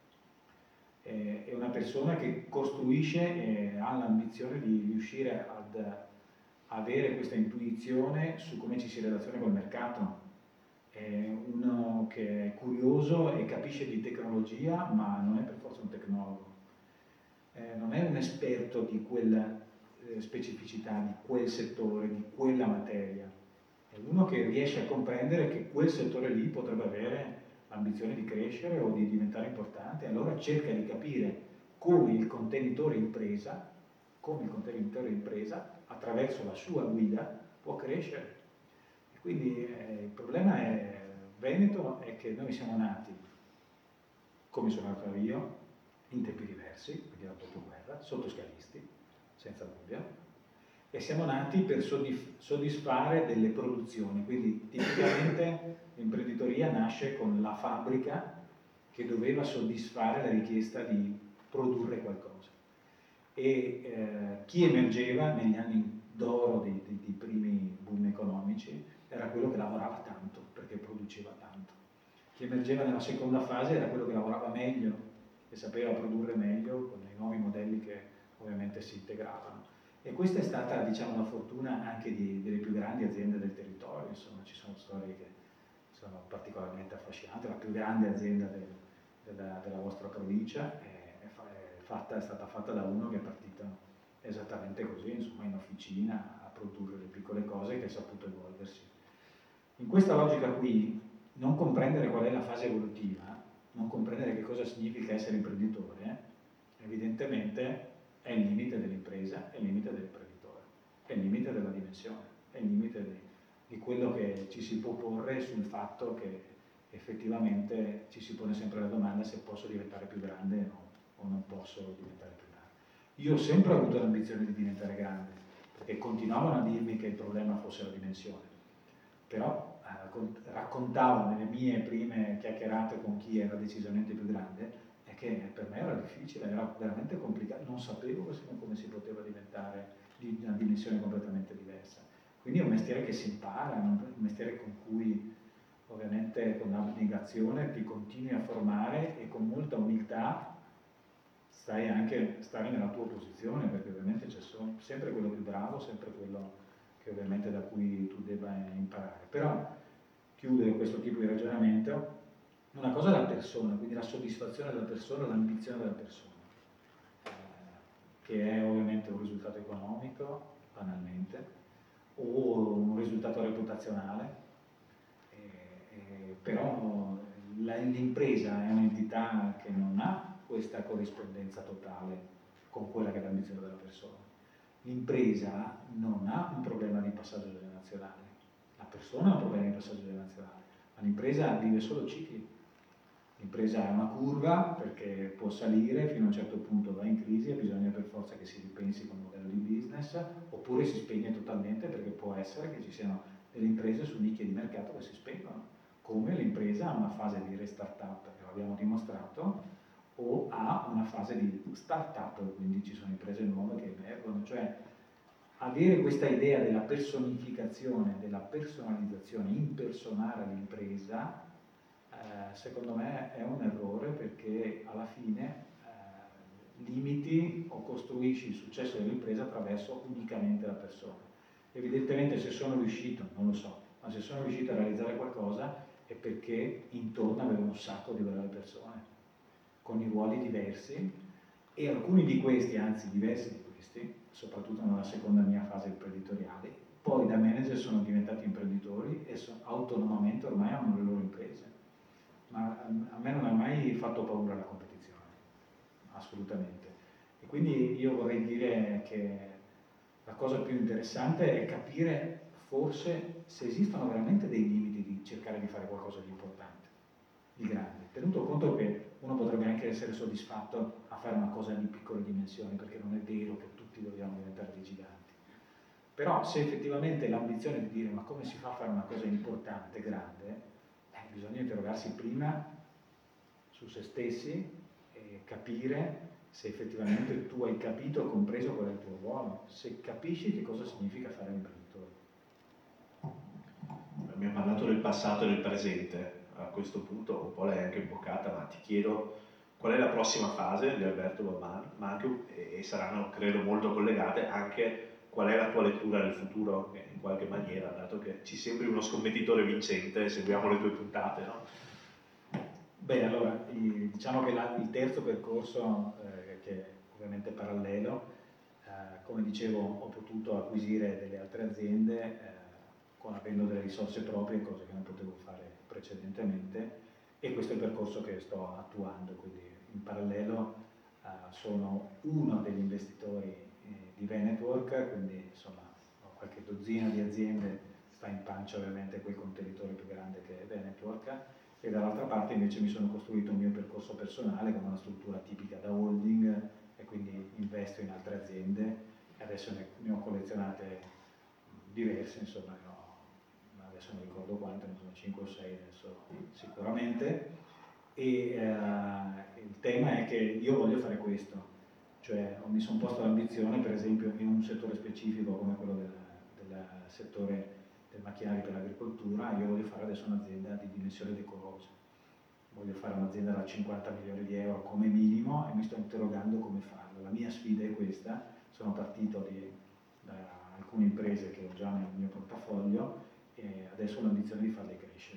È una persona che costruisce e ha l'ambizione di riuscire ad avere questa intuizione su come ci si relaziona col mercato. È uno che è curioso e capisce di tecnologia, ma non è per forza un tecnologo. Non è un esperto di quella specificità, di quel settore, di quella materia. È uno che riesce a comprendere che quel settore lì potrebbe avere l'ambizione di crescere o di diventare importante, allora cerca di capire come il contenitore impresa, attraverso la sua guida, può crescere. E quindi il problema è, Veneto, è che noi siamo nati, come sono nato io, in tempi diversi, quindi la dopoguerra, sottoscalisti, senza dubbio, e siamo nati per soddisfare delle produzioni, quindi tipicamente l'imprenditoria nasce con la fabbrica che doveva soddisfare la richiesta di produrre qualcosa. E chi emergeva negli anni d'oro dei primi boom economici era quello che lavorava tanto, perché produceva tanto. Chi emergeva nella seconda fase era quello che lavorava meglio, che sapeva produrre meglio con i nuovi modelli che ovviamente si integravano. E questa è stata, diciamo, la fortuna anche delle più grandi aziende del territorio. Insomma, ci sono storie che sono particolarmente affascinanti. La più grande azienda della vostra provincia è stata fatta da uno che è partito esattamente così, insomma, in officina a produrre le piccole cose, che ha saputo evolversi. In questa logica qui, non comprendere qual è la fase evolutiva, non comprendere che cosa significa essere imprenditore, evidentemente è il limite dell'impresa, è il limite dell'imprenditore, è il limite della dimensione, è il limite di quello che ci si può porre sul fatto che effettivamente ci si pone sempre la domanda se posso diventare più grande o non posso diventare più grande. Io ho sempre avuto l'ambizione di diventare grande, perché continuavano a dirmi che il problema fosse la dimensione, però raccontavo nelle mie prime chiacchierate con chi era decisamente più grande è che per me era difficile, era veramente complicato, non sapevo come si poteva diventare di una dimensione completamente diversa. Quindi è un mestiere che si impara, un mestiere con cui ovviamente con abnegazione ti continui a formare e con molta umiltà stai anche stare nella tua posizione, perché ovviamente c'è sempre quello più bravo, sempre quello che ovviamente da cui tu debba imparare. Però chiudere questo tipo di ragionamento, una cosa è la persona, quindi la soddisfazione della persona, l'ambizione della persona, che è ovviamente un risultato economico, banalmente, o un risultato reputazionale, però l'impresa è un'entità che non ha questa corrispondenza totale con quella che è l'ambizione della persona. L'impresa non ha un problema di passaggio generazionale, la persona ha un problema di passaggio generazionale, ma l'impresa vive solo cicli. L'impresa è una curva perché può salire fino a un certo punto, va in crisi e bisogna per forza che si ripensi con un modello di business, oppure si spegne totalmente, perché può essere che ci siano delle imprese su nicchie di mercato che si spengono, come l'impresa ha una fase di restart-up, che l'abbiamo dimostrato, o ha una fase di start-up, quindi ci sono imprese nuove che emergono. Cioè avere questa idea della personificazione, della personalizzazione, impersonare l'impresa, secondo me è un errore, perché alla fine limiti o costruisci il successo dell'impresa attraverso unicamente la persona. Evidentemente se sono riuscito, non lo so, ma se sono riuscito a realizzare qualcosa è perché intorno aveva un sacco di brave persone, con i ruoli diversi, e alcuni di questi, anzi diversi di questi, soprattutto nella seconda mia fase imprenditoriale, poi da manager sono diventati imprenditori e autonomamente ormai hanno le loro imprese. Ma a me non ha mai fatto paura la competizione, assolutamente. E quindi io vorrei dire che la cosa più interessante è capire forse se esistono veramente dei limiti di cercare di fare qualcosa di importante, di grande, tenuto conto che uno potrebbe anche essere soddisfatto a fare una cosa di piccole dimensioni, perché non è vero che tutti vogliamo diventare dei giganti. Però se effettivamente l'ambizione di dire ma come si fa a fare una cosa importante, grande, bisogna interrogarsi prima su se stessi e capire se effettivamente tu hai capito o compreso qual è il tuo ruolo, se capisci che cosa significa fare l'imprenditore. Abbiamo parlato del passato e del presente, a questo punto un po' l'hai anche imboccata, ma ti chiedo qual è la prossima fase di Alberto Babban, ma anche, e saranno credo molto collegate, anche qual è la tua lettura del futuro, in qualche maniera, dato che ci sembri uno scommettitore vincente, seguiamo le tue puntate, no? Beh, allora, diciamo che il terzo percorso, che è ovviamente parallelo, come dicevo, ho potuto acquisire delle altre aziende avendo delle risorse proprie, cose che non potevo fare precedentemente, e questo è il percorso che sto attuando, quindi in parallelo sono uno degli investitori di Venetwork, quindi insomma ho qualche dozzina di aziende, sta in pancia ovviamente quel contenitore più grande che è Venetwork, e dall'altra parte invece mi sono costruito un mio percorso personale con una struttura tipica da holding, e quindi investo in altre aziende, e adesso ne ho collezionate diverse, insomma, adesso non ricordo quante, ne sono 5 o 6 adesso sicuramente, e il tema è che io voglio fare questo, cioè mi sono posto l'ambizione, per esempio in un settore specifico come quello del settore del macchinario per l'agricoltura, io voglio fare adesso un'azienda di dimensione decorosa, voglio fare un'azienda da 50 milioni di euro come minimo, e mi sto interrogando come farlo. La mia sfida è questa, sono partito da alcune imprese che ho già nel mio portafoglio e adesso ho l'ambizione di farle crescere.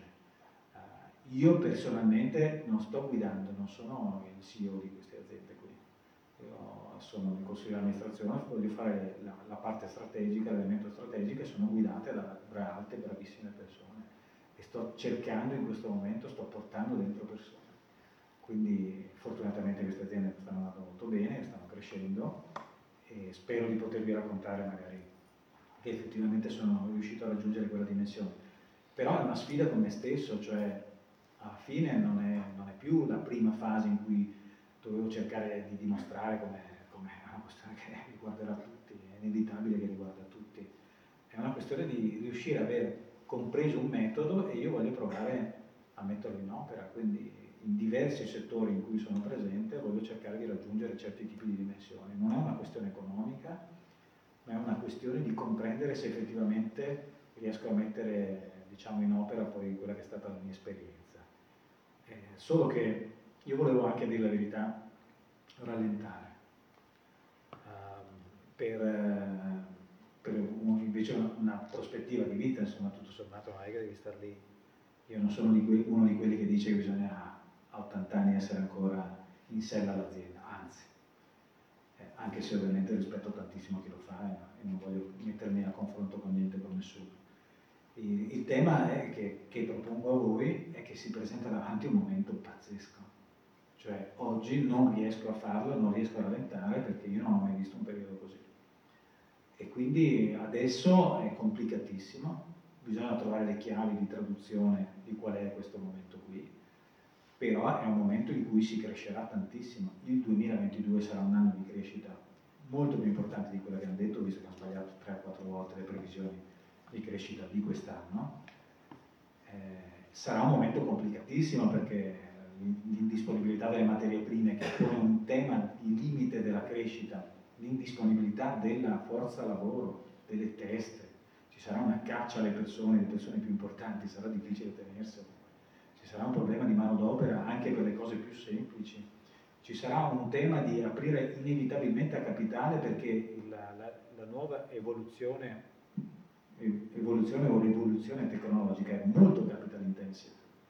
Io personalmente non sto guidando, non sono il CEO di queste aziende qui, io sono nel consiglio di amministrazione, voglio fare la parte strategica, l'elemento strategico, e sono guidate da alte, bravissime persone, e sto cercando in questo momento, sto portando dentro persone. Quindi fortunatamente queste aziende stanno andando molto bene, stanno crescendo, e spero di potervi raccontare magari che effettivamente sono riuscito a raggiungere quella dimensione. Però è una sfida con me stesso, cioè alla fine non è più la prima fase in cui dovevo cercare di dimostrare come una questione che riguarderà tutti, è inevitabile che riguarda tutti. È una questione di riuscire a aver compreso un metodo, e io voglio provare a metterlo in opera, quindi in diversi settori in cui sono presente voglio cercare di raggiungere certi tipi di dimensioni. Non è una questione economica, ma è una questione di comprendere se effettivamente riesco a mettere, diciamo, in opera poi quella che è stata la mia esperienza. Solo che io volevo anche, a dire la verità, rallentare per invece una prospettiva di vita, insomma, tutto sommato non è che devi star lì. Io non sono uno di quelli che dice che bisogna a 80 anni essere ancora in sella all'azienda, anzi, anche se ovviamente rispetto tantissimo chi lo fa e non voglio mettermi a confronto con niente, con nessuno. Il tema è che propongo a voi è che si presenta davanti un momento pazzesco, cioè oggi non riesco a farlo, non riesco a rallentare, perché io non ho mai visto un periodo così, e quindi adesso è complicatissimo, bisogna trovare le chiavi di traduzione di qual è questo momento qui, però è un momento in cui si crescerà tantissimo. Il 2022 sarà un anno di crescita molto più importante di quello che hanno detto, visto che hanno sbagliato 3 o 4 volte le previsioni di crescita di quest'anno. Sarà un momento complicatissimo, perché l'indisponibilità delle materie prime, che pone un tema di limite della crescita, l'indisponibilità della forza lavoro, delle teste, ci sarà una caccia alle persone, le persone più importanti, sarà difficile tenersene, ci sarà un problema di manodopera anche per le cose più semplici, ci sarà un tema di aprire inevitabilmente a capitale, perché la nuova evoluzione o rivoluzione tecnologica è molto capital intensive,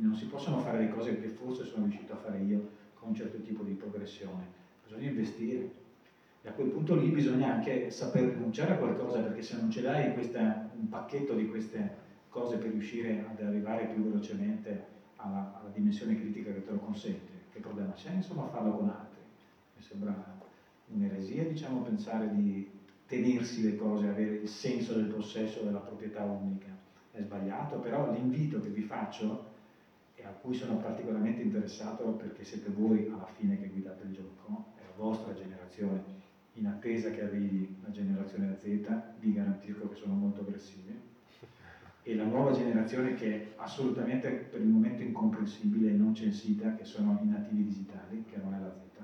non si possono fare le cose che forse sono riuscito a fare io con un certo tipo di progressione, bisogna investire. E a quel punto lì bisogna anche saper rinunciare a qualcosa, perché se non ce l'hai un pacchetto di queste cose per riuscire ad arrivare più velocemente alla dimensione critica che te lo consente, che problema c'è insomma a farlo con altri? Mi sembra un'eresia, diciamo, pensare di tenersi le cose, avere il senso del possesso della proprietà unica. È sbagliato, però l'invito che vi faccio e a cui sono particolarmente interessato, perché siete voi alla fine che guidate il gioco, è la vostra generazione, in attesa che arrivi la generazione Z, vi garantisco che sono molto aggressivi, e la nuova generazione che è assolutamente per il momento incomprensibile e non censita, che sono i nativi digitali, che non è la Z,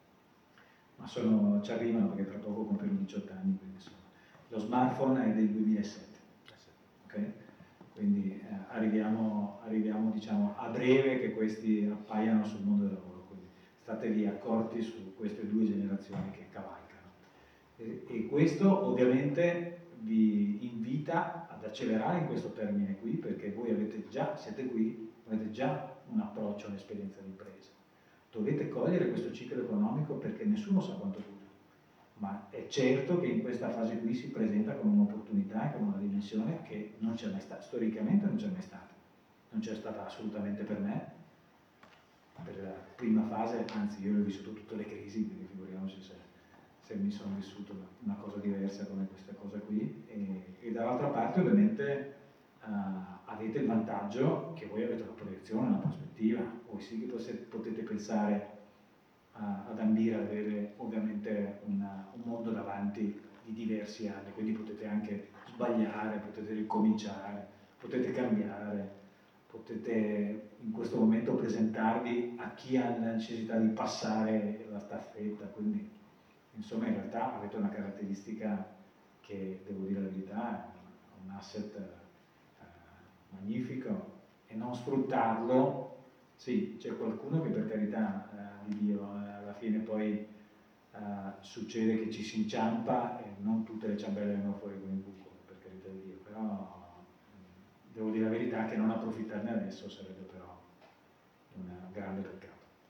ma ci arrivano perché tra poco compiono 18 anni, quindi insomma. Lo smartphone è del 2007, okay? Quindi arriviamo diciamo, a breve che questi appaiano sul mondo del lavoro, quindi statevi accorti su queste due generazioni che cavalcano. E questo ovviamente vi invita ad accelerare in questo termine qui, perché voi siete qui, avete già un approccio all'esperienza di impresa. Dovete cogliere questo ciclo economico perché nessuno sa quanto dura, ma è certo che in questa fase qui si presenta come un'opportunità e come una dimensione che non c'è mai stata, storicamente non c'è mai stata. Non c'è stata assolutamente per me, per la prima fase, anzi io ho vissuto tutte le crisi, quindi figuriamoci se mi sono vissuto una cosa diversa come questa cosa qui, e dall'altra parte ovviamente avete il vantaggio che voi avete una proiezione, una prospettiva, voi sì che potete pensare ad ambire ad avere ovviamente un mondo davanti di diversi anni, quindi potete anche sbagliare, potete ricominciare, potete cambiare, potete in questo momento presentarvi a chi ha la necessità di passare la staffetta, quindi insomma in realtà avete una caratteristica che, devo dire la verità, è un asset magnifico, e non sfruttarlo. Sì, c'è qualcuno che per carità di Dio alla fine poi succede che ci si inciampa e non tutte le ciambelle vengono fuori con il buco, per carità di Dio, però devo dire la verità che non approfittarne adesso sarebbe però un grande peccato.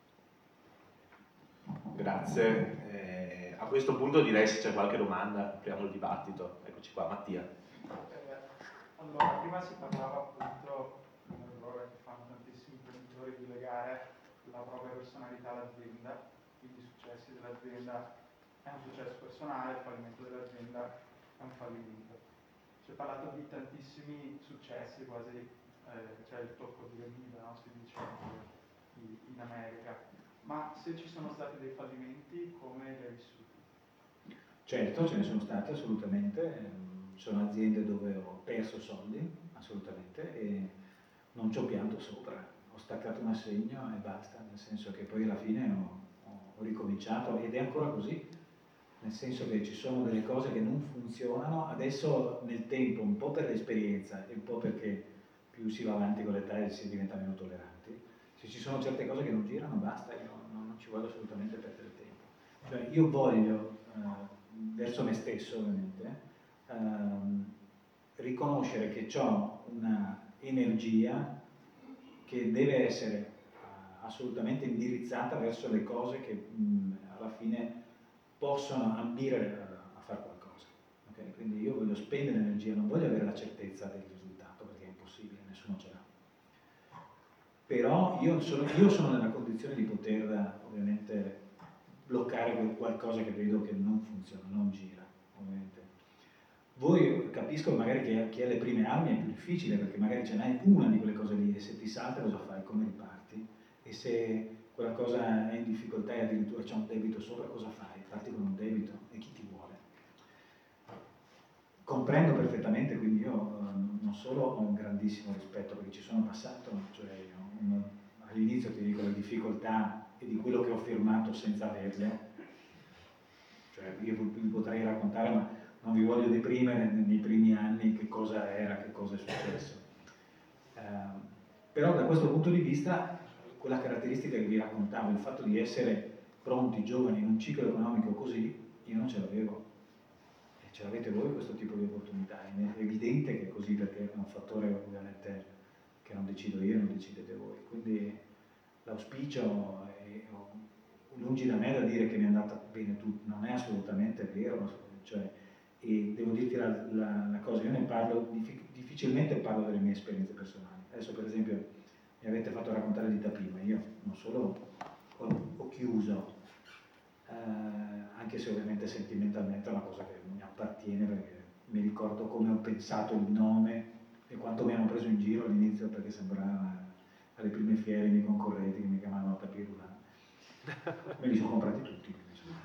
Grazie. A questo punto direi se c'è qualche domanda apriamo il dibattito. Eccoci qua, Mattia. Allora, prima si parlava appunto di un errore che fanno tantissimi imprenditori di legare la propria personalità all'azienda, quindi i successi dell'azienda è un successo personale, il fallimento dell'azienda è un fallimento. Si è parlato di tantissimi successi, quasi c'è il tocco di vita, no? Si dice in America, ma se ci sono stati dei fallimenti, come li hai vissuti? Certo, ce ne sono state assolutamente. Sono aziende dove ho perso soldi, assolutamente, e non ci ho pianto sopra, ho staccato un assegno e basta, nel senso che poi alla fine ho ricominciato, ed è ancora così, nel senso che ci sono delle cose che non funzionano, adesso nel tempo, un po' per l'esperienza e un po' perché più si va avanti con l'età e si diventa meno tolleranti, se ci sono certe cose che non girano basta, io non ci voglio assolutamente perdere tempo. Cioè io voglio, verso me stesso ovviamente, riconoscere che ho una energia che deve essere assolutamente indirizzata verso le cose che alla fine possono ambire a fare qualcosa. Okay? Quindi io voglio spendere energia, non voglio avere la certezza del risultato perché è impossibile, nessuno ce l'ha. Però io sono nella condizione di poter ovviamente bloccare qualcosa che vedo che non funziona, non gira, ovviamente. Voi capisco magari che chi ha le prime armi è più difficile perché magari ce n'hai una di quelle cose lì e se ti salta cosa fai? Come riparti? E se quella cosa è in difficoltà e addirittura c'è un debito sopra, cosa fai? Parti con un debito e chi ti vuole? Comprendo perfettamente, quindi io non solo ho un grandissimo rispetto perché ci sono passato, cioè all'inizio ti dico le difficoltà e di quello che ho firmato senza averle, cioè io vi potrei raccontare ma non vi voglio deprimere nei primi anni che cosa era, che cosa è successo. Però da questo punto di vista, quella caratteristica che vi raccontavo, il fatto di essere pronti, giovani, in un ciclo economico così, io non ce l'avevo. E ce l'avete voi questo tipo di opportunità. È evidente che è così perché è un fattore ovviamente che non decido io, non decidete voi. Quindi l'auspicio è, lungi da me da dire che mi è andata bene tutto, non è assolutamente vero, cioè, e devo dirti la cosa, io ne parlo, difficilmente parlo delle mie esperienze personali. Adesso per esempio mi avete fatto raccontare di Tapima, io non solo ho chiuso, anche se ovviamente sentimentalmente è una cosa che mi appartiene, perché mi ricordo come ho pensato il nome e quanto mi hanno preso in giro all'inizio, perché sembrava alle prime fiere i miei concorrenti che mi chiamavano Tapirula. Me li sono comprati tutti,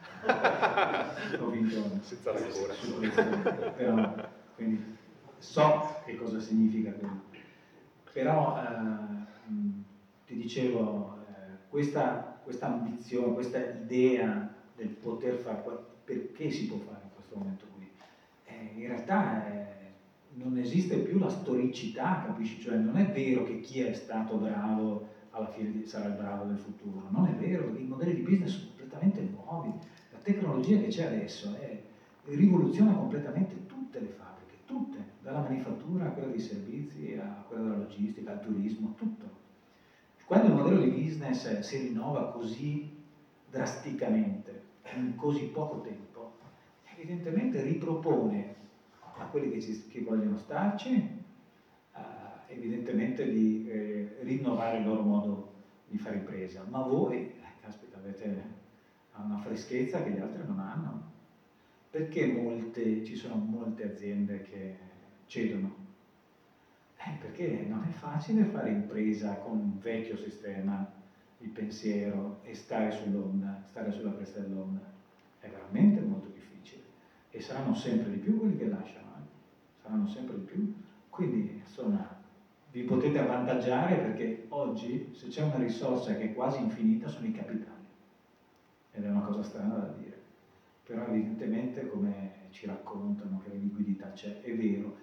ho vinto senza rancore. Però, quindi so che cosa significa quello. Però ti dicevo, questa ambizione, questa idea del poter fare, perché si può fare in questo momento qui? In realtà non esiste più la storicità, capisci? Cioè non è vero che chi è stato bravo alla fine sarà il bravo del futuro, non è vero, i modelli di business sono completamente nuovi, la tecnologia che c'è adesso rivoluziona completamente tutte le fabbriche, tutte, dalla manifattura a quella dei servizi, a quella della logistica, al turismo, tutto. Quando il modello di business si rinnova così drasticamente, in così poco tempo, evidentemente ripropone a quelli che vogliono starci, evidentemente di rinnovare il loro modo di fare impresa. Ma voi, caspita, avete una freschezza che gli altri non hanno. Perché ci sono molte aziende che cedono? Perché non è facile fare impresa con un vecchio sistema di pensiero e stare sull'onda, stare sulla cresta dell'onda. È veramente molto difficile. E saranno sempre di più quelli che lasciano, saranno sempre di più. Quindi, insomma, vi potete avvantaggiare perché oggi, se c'è una risorsa che è quasi infinita, sono i capitali. Ed è una cosa strana da dire. Però evidentemente, come ci raccontano che la liquidità c'è, è vero,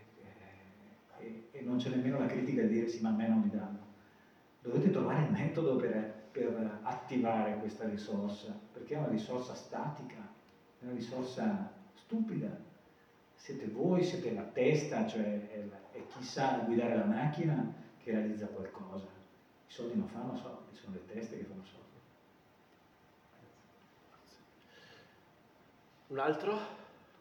e non c'è nemmeno la critica di dire sì, ma a me non mi danno. Dovete trovare il metodo per attivare questa risorsa, perché è una risorsa statica, è una risorsa stupida. Siete voi, siete la testa, cioè è chi sa guidare la macchina che realizza qualcosa. I soldi non fanno soldi, sono le teste che fanno soldi. Un altro?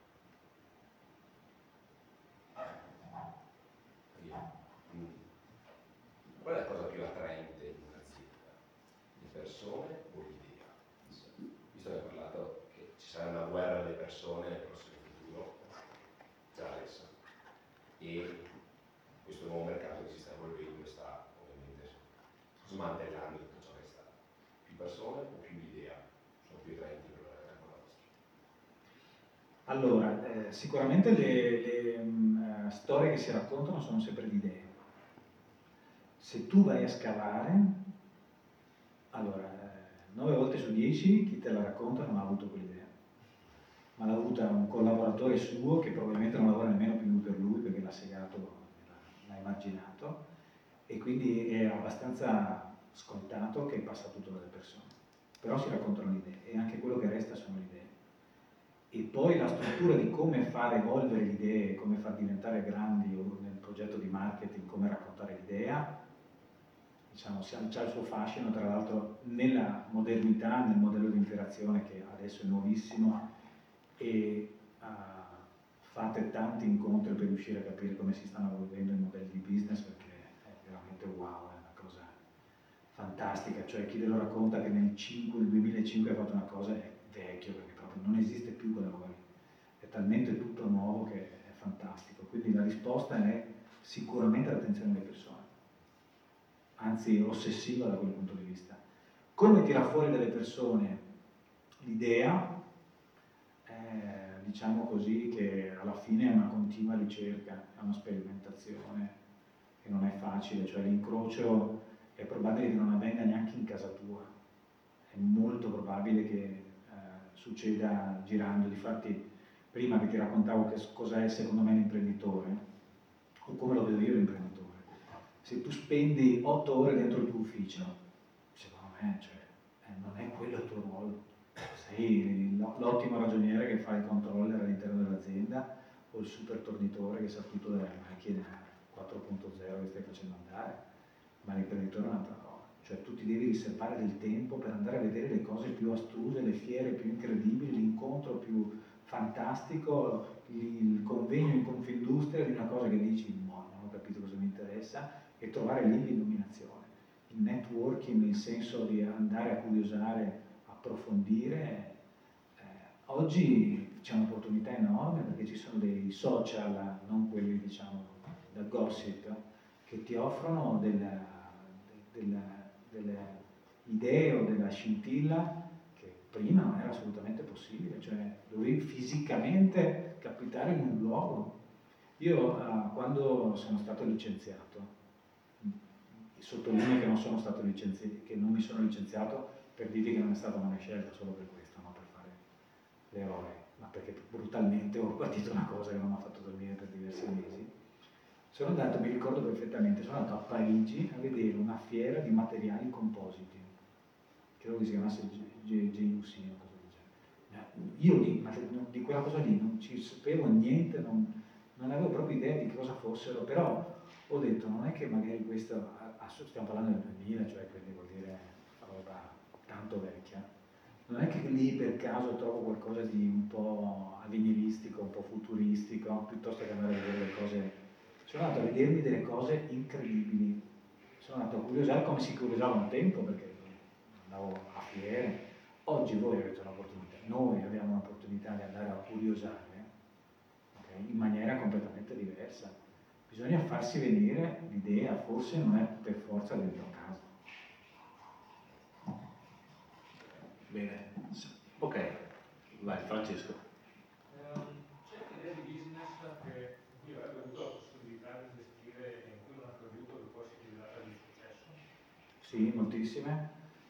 Qual è la cosa più attraente in un'azienda? Le persone o l'idea? Visto che hai parlato che ci sarà una guerra delle persone nel prossimo futuro, già adesso, e questo nuovo mercato che si sta evolvendo e sta ovviamente smantellando tutto ciò che sta. Più persone o più l'idea sono più attraenti per la vostra? Allora, sicuramente le storie che si raccontano sono sempre di idee. Se tu vai a scavare, allora, 9 volte su 10 chi te la racconta non ha avuto quell'idea, ma l'ha avuta un collaboratore suo che probabilmente non lavora nemmeno più per lui perché l'ha segato, l'ha immaginato, e quindi è abbastanza scontato che passa tutto dalle persone. Però si raccontano le idee e anche quello che resta sono le idee. E poi la struttura di come far evolvere le idee, come far diventare grandi nel progetto di marketing, come raccontare l'idea, diciamo, c'ha il suo fascino, tra l'altro nella modernità, nel modello di interazione che adesso è nuovissimo, e fate tanti incontri per riuscire a capire come si stanno evolvendo i modelli di business, perché è veramente wow, è una cosa fantastica. Cioè chi ve lo racconta che nel 2005 ha fatto una cosa è vecchio, perché proprio non esiste più quella roba lì, è talmente tutto nuovo che è fantastico. Quindi la risposta è sicuramente l'attenzione delle persone, anzi ossessiva da quel punto di vista. Come tirare fuori dalle persone l'idea? Diciamo così che alla fine è una continua ricerca, è una sperimentazione che non è facile, cioè l'incrocio è probabile che non avvenga neanche in casa tua, è molto probabile che succeda girando. Difatti prima che ti raccontavo che cos'è secondo me l'imprenditore, o come lo vedo io l'imprenditore, se tu spendi 8 ore dentro il tuo ufficio, secondo me non è quello il tuo ruolo. Sei l'ottimo ragioniere che fa il controller all'interno dell'azienda o il super tornitore che sa tutto delle macchine 4.0 che stai facendo andare. ma l'imprenditore è un'altra cosa. Cioè tu ti devi riservare del tempo per andare a vedere le cose più astruse, le fiere più incredibili, l'incontro più fantastico, il convegno in Confindustria di una cosa che dici, no, non ho capito cosa mi interessa, e trovare lì l'illuminazione. Il networking, nel senso di andare a curiosare, approfondire. Oggi c'è un'opportunità enorme perché ci sono dei social, non quelli diciamo da gossip, che ti offrono delle idee o della scintilla che prima non era assolutamente possibile, cioè dovevi fisicamente capitare in un luogo. Io quando sono stato licenziato, sottolineo che non sono stato licenziato, che non mi sono licenziato per dirvi che non è stata una mia scelta solo per questo, no? Per fare l'eroe, ma perché brutalmente ho partito una cosa che non mi ha fatto dormire per diversi mesi. Sono andato, mi ricordo perfettamente, sono andato a Parigi a vedere una fiera di materiali compositi, credo che si chiamasse JUC o cosa del genere. Io di quella cosa lì non ci sapevo niente, non avevo proprio idea di cosa fossero, però ho detto non è che magari questo, stiamo parlando del 2000, cioè quindi vuol dire roba tanto vecchia, non è che lì per caso trovo qualcosa di un po' avveniristico, un po' futuristico, piuttosto che andare a vedere le cose. Sono andato a vedermi delle cose incredibili, sono andato a curiosare come si curiosava un tempo, perché andavo a fiere. Oggi voi avete un'opportunità, noi abbiamo un'opportunità di andare a curiosare, okay, in maniera completamente diversa. Bisogna farsi venire l'idea, forse non è per forza dentro casa. Bene, ok, vai Francesco. C'è un'idea di business che in cui avrebbe avuto la possibilità di investire e in cui non ha creduto che poi si è rivelata di successo? Sì, moltissime.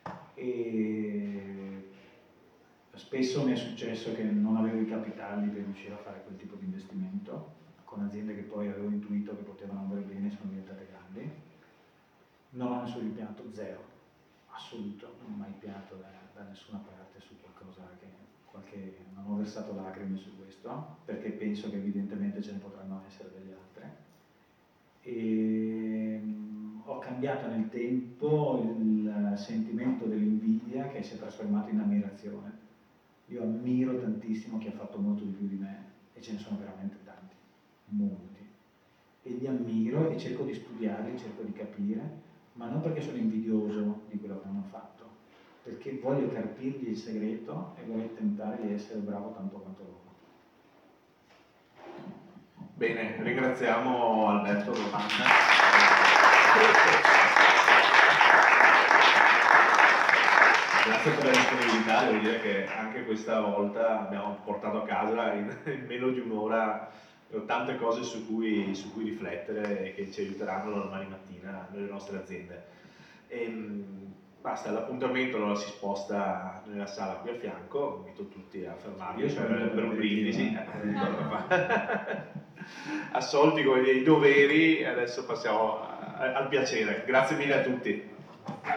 E spesso mi è successo che non avevo i capitali per riuscire a fare quel tipo di investimento, con aziende che poi avevo intuito che potevano andare bene e sono diventate grandi. Non ho nessun rimpianto, zero, assoluto, non ho mai pianto da nessuna parte su qualcosa non ho versato lacrime su questo, perché penso che evidentemente ce ne potranno essere delle altre. E ho cambiato nel tempo il sentimento dell'invidia che si è trasformato in ammirazione. Io ammiro tantissimo chi ha fatto molto di più di me, e ce ne sono veramente tanti, molti, e li ammiro e cerco di studiarli, cerco di capire, ma non perché sono invidioso di quello che hanno fatto, perché voglio carpirgli il segreto e voglio tentare di essere bravo tanto quanto loro. Bene, ringraziamo Alberto Romagna. Grazie per la disponibilità, devo dire che anche questa volta abbiamo portato a casa in meno di un'ora tante cose su cui riflettere e che ci aiuteranno domani mattina nelle nostre aziende. Basta, l'appuntamento allora si sposta nella sala qui a fianco, invito tutti a fermarvi per un brindisi. Assolti come dei doveri, adesso passiamo al piacere. Grazie mille a tutti.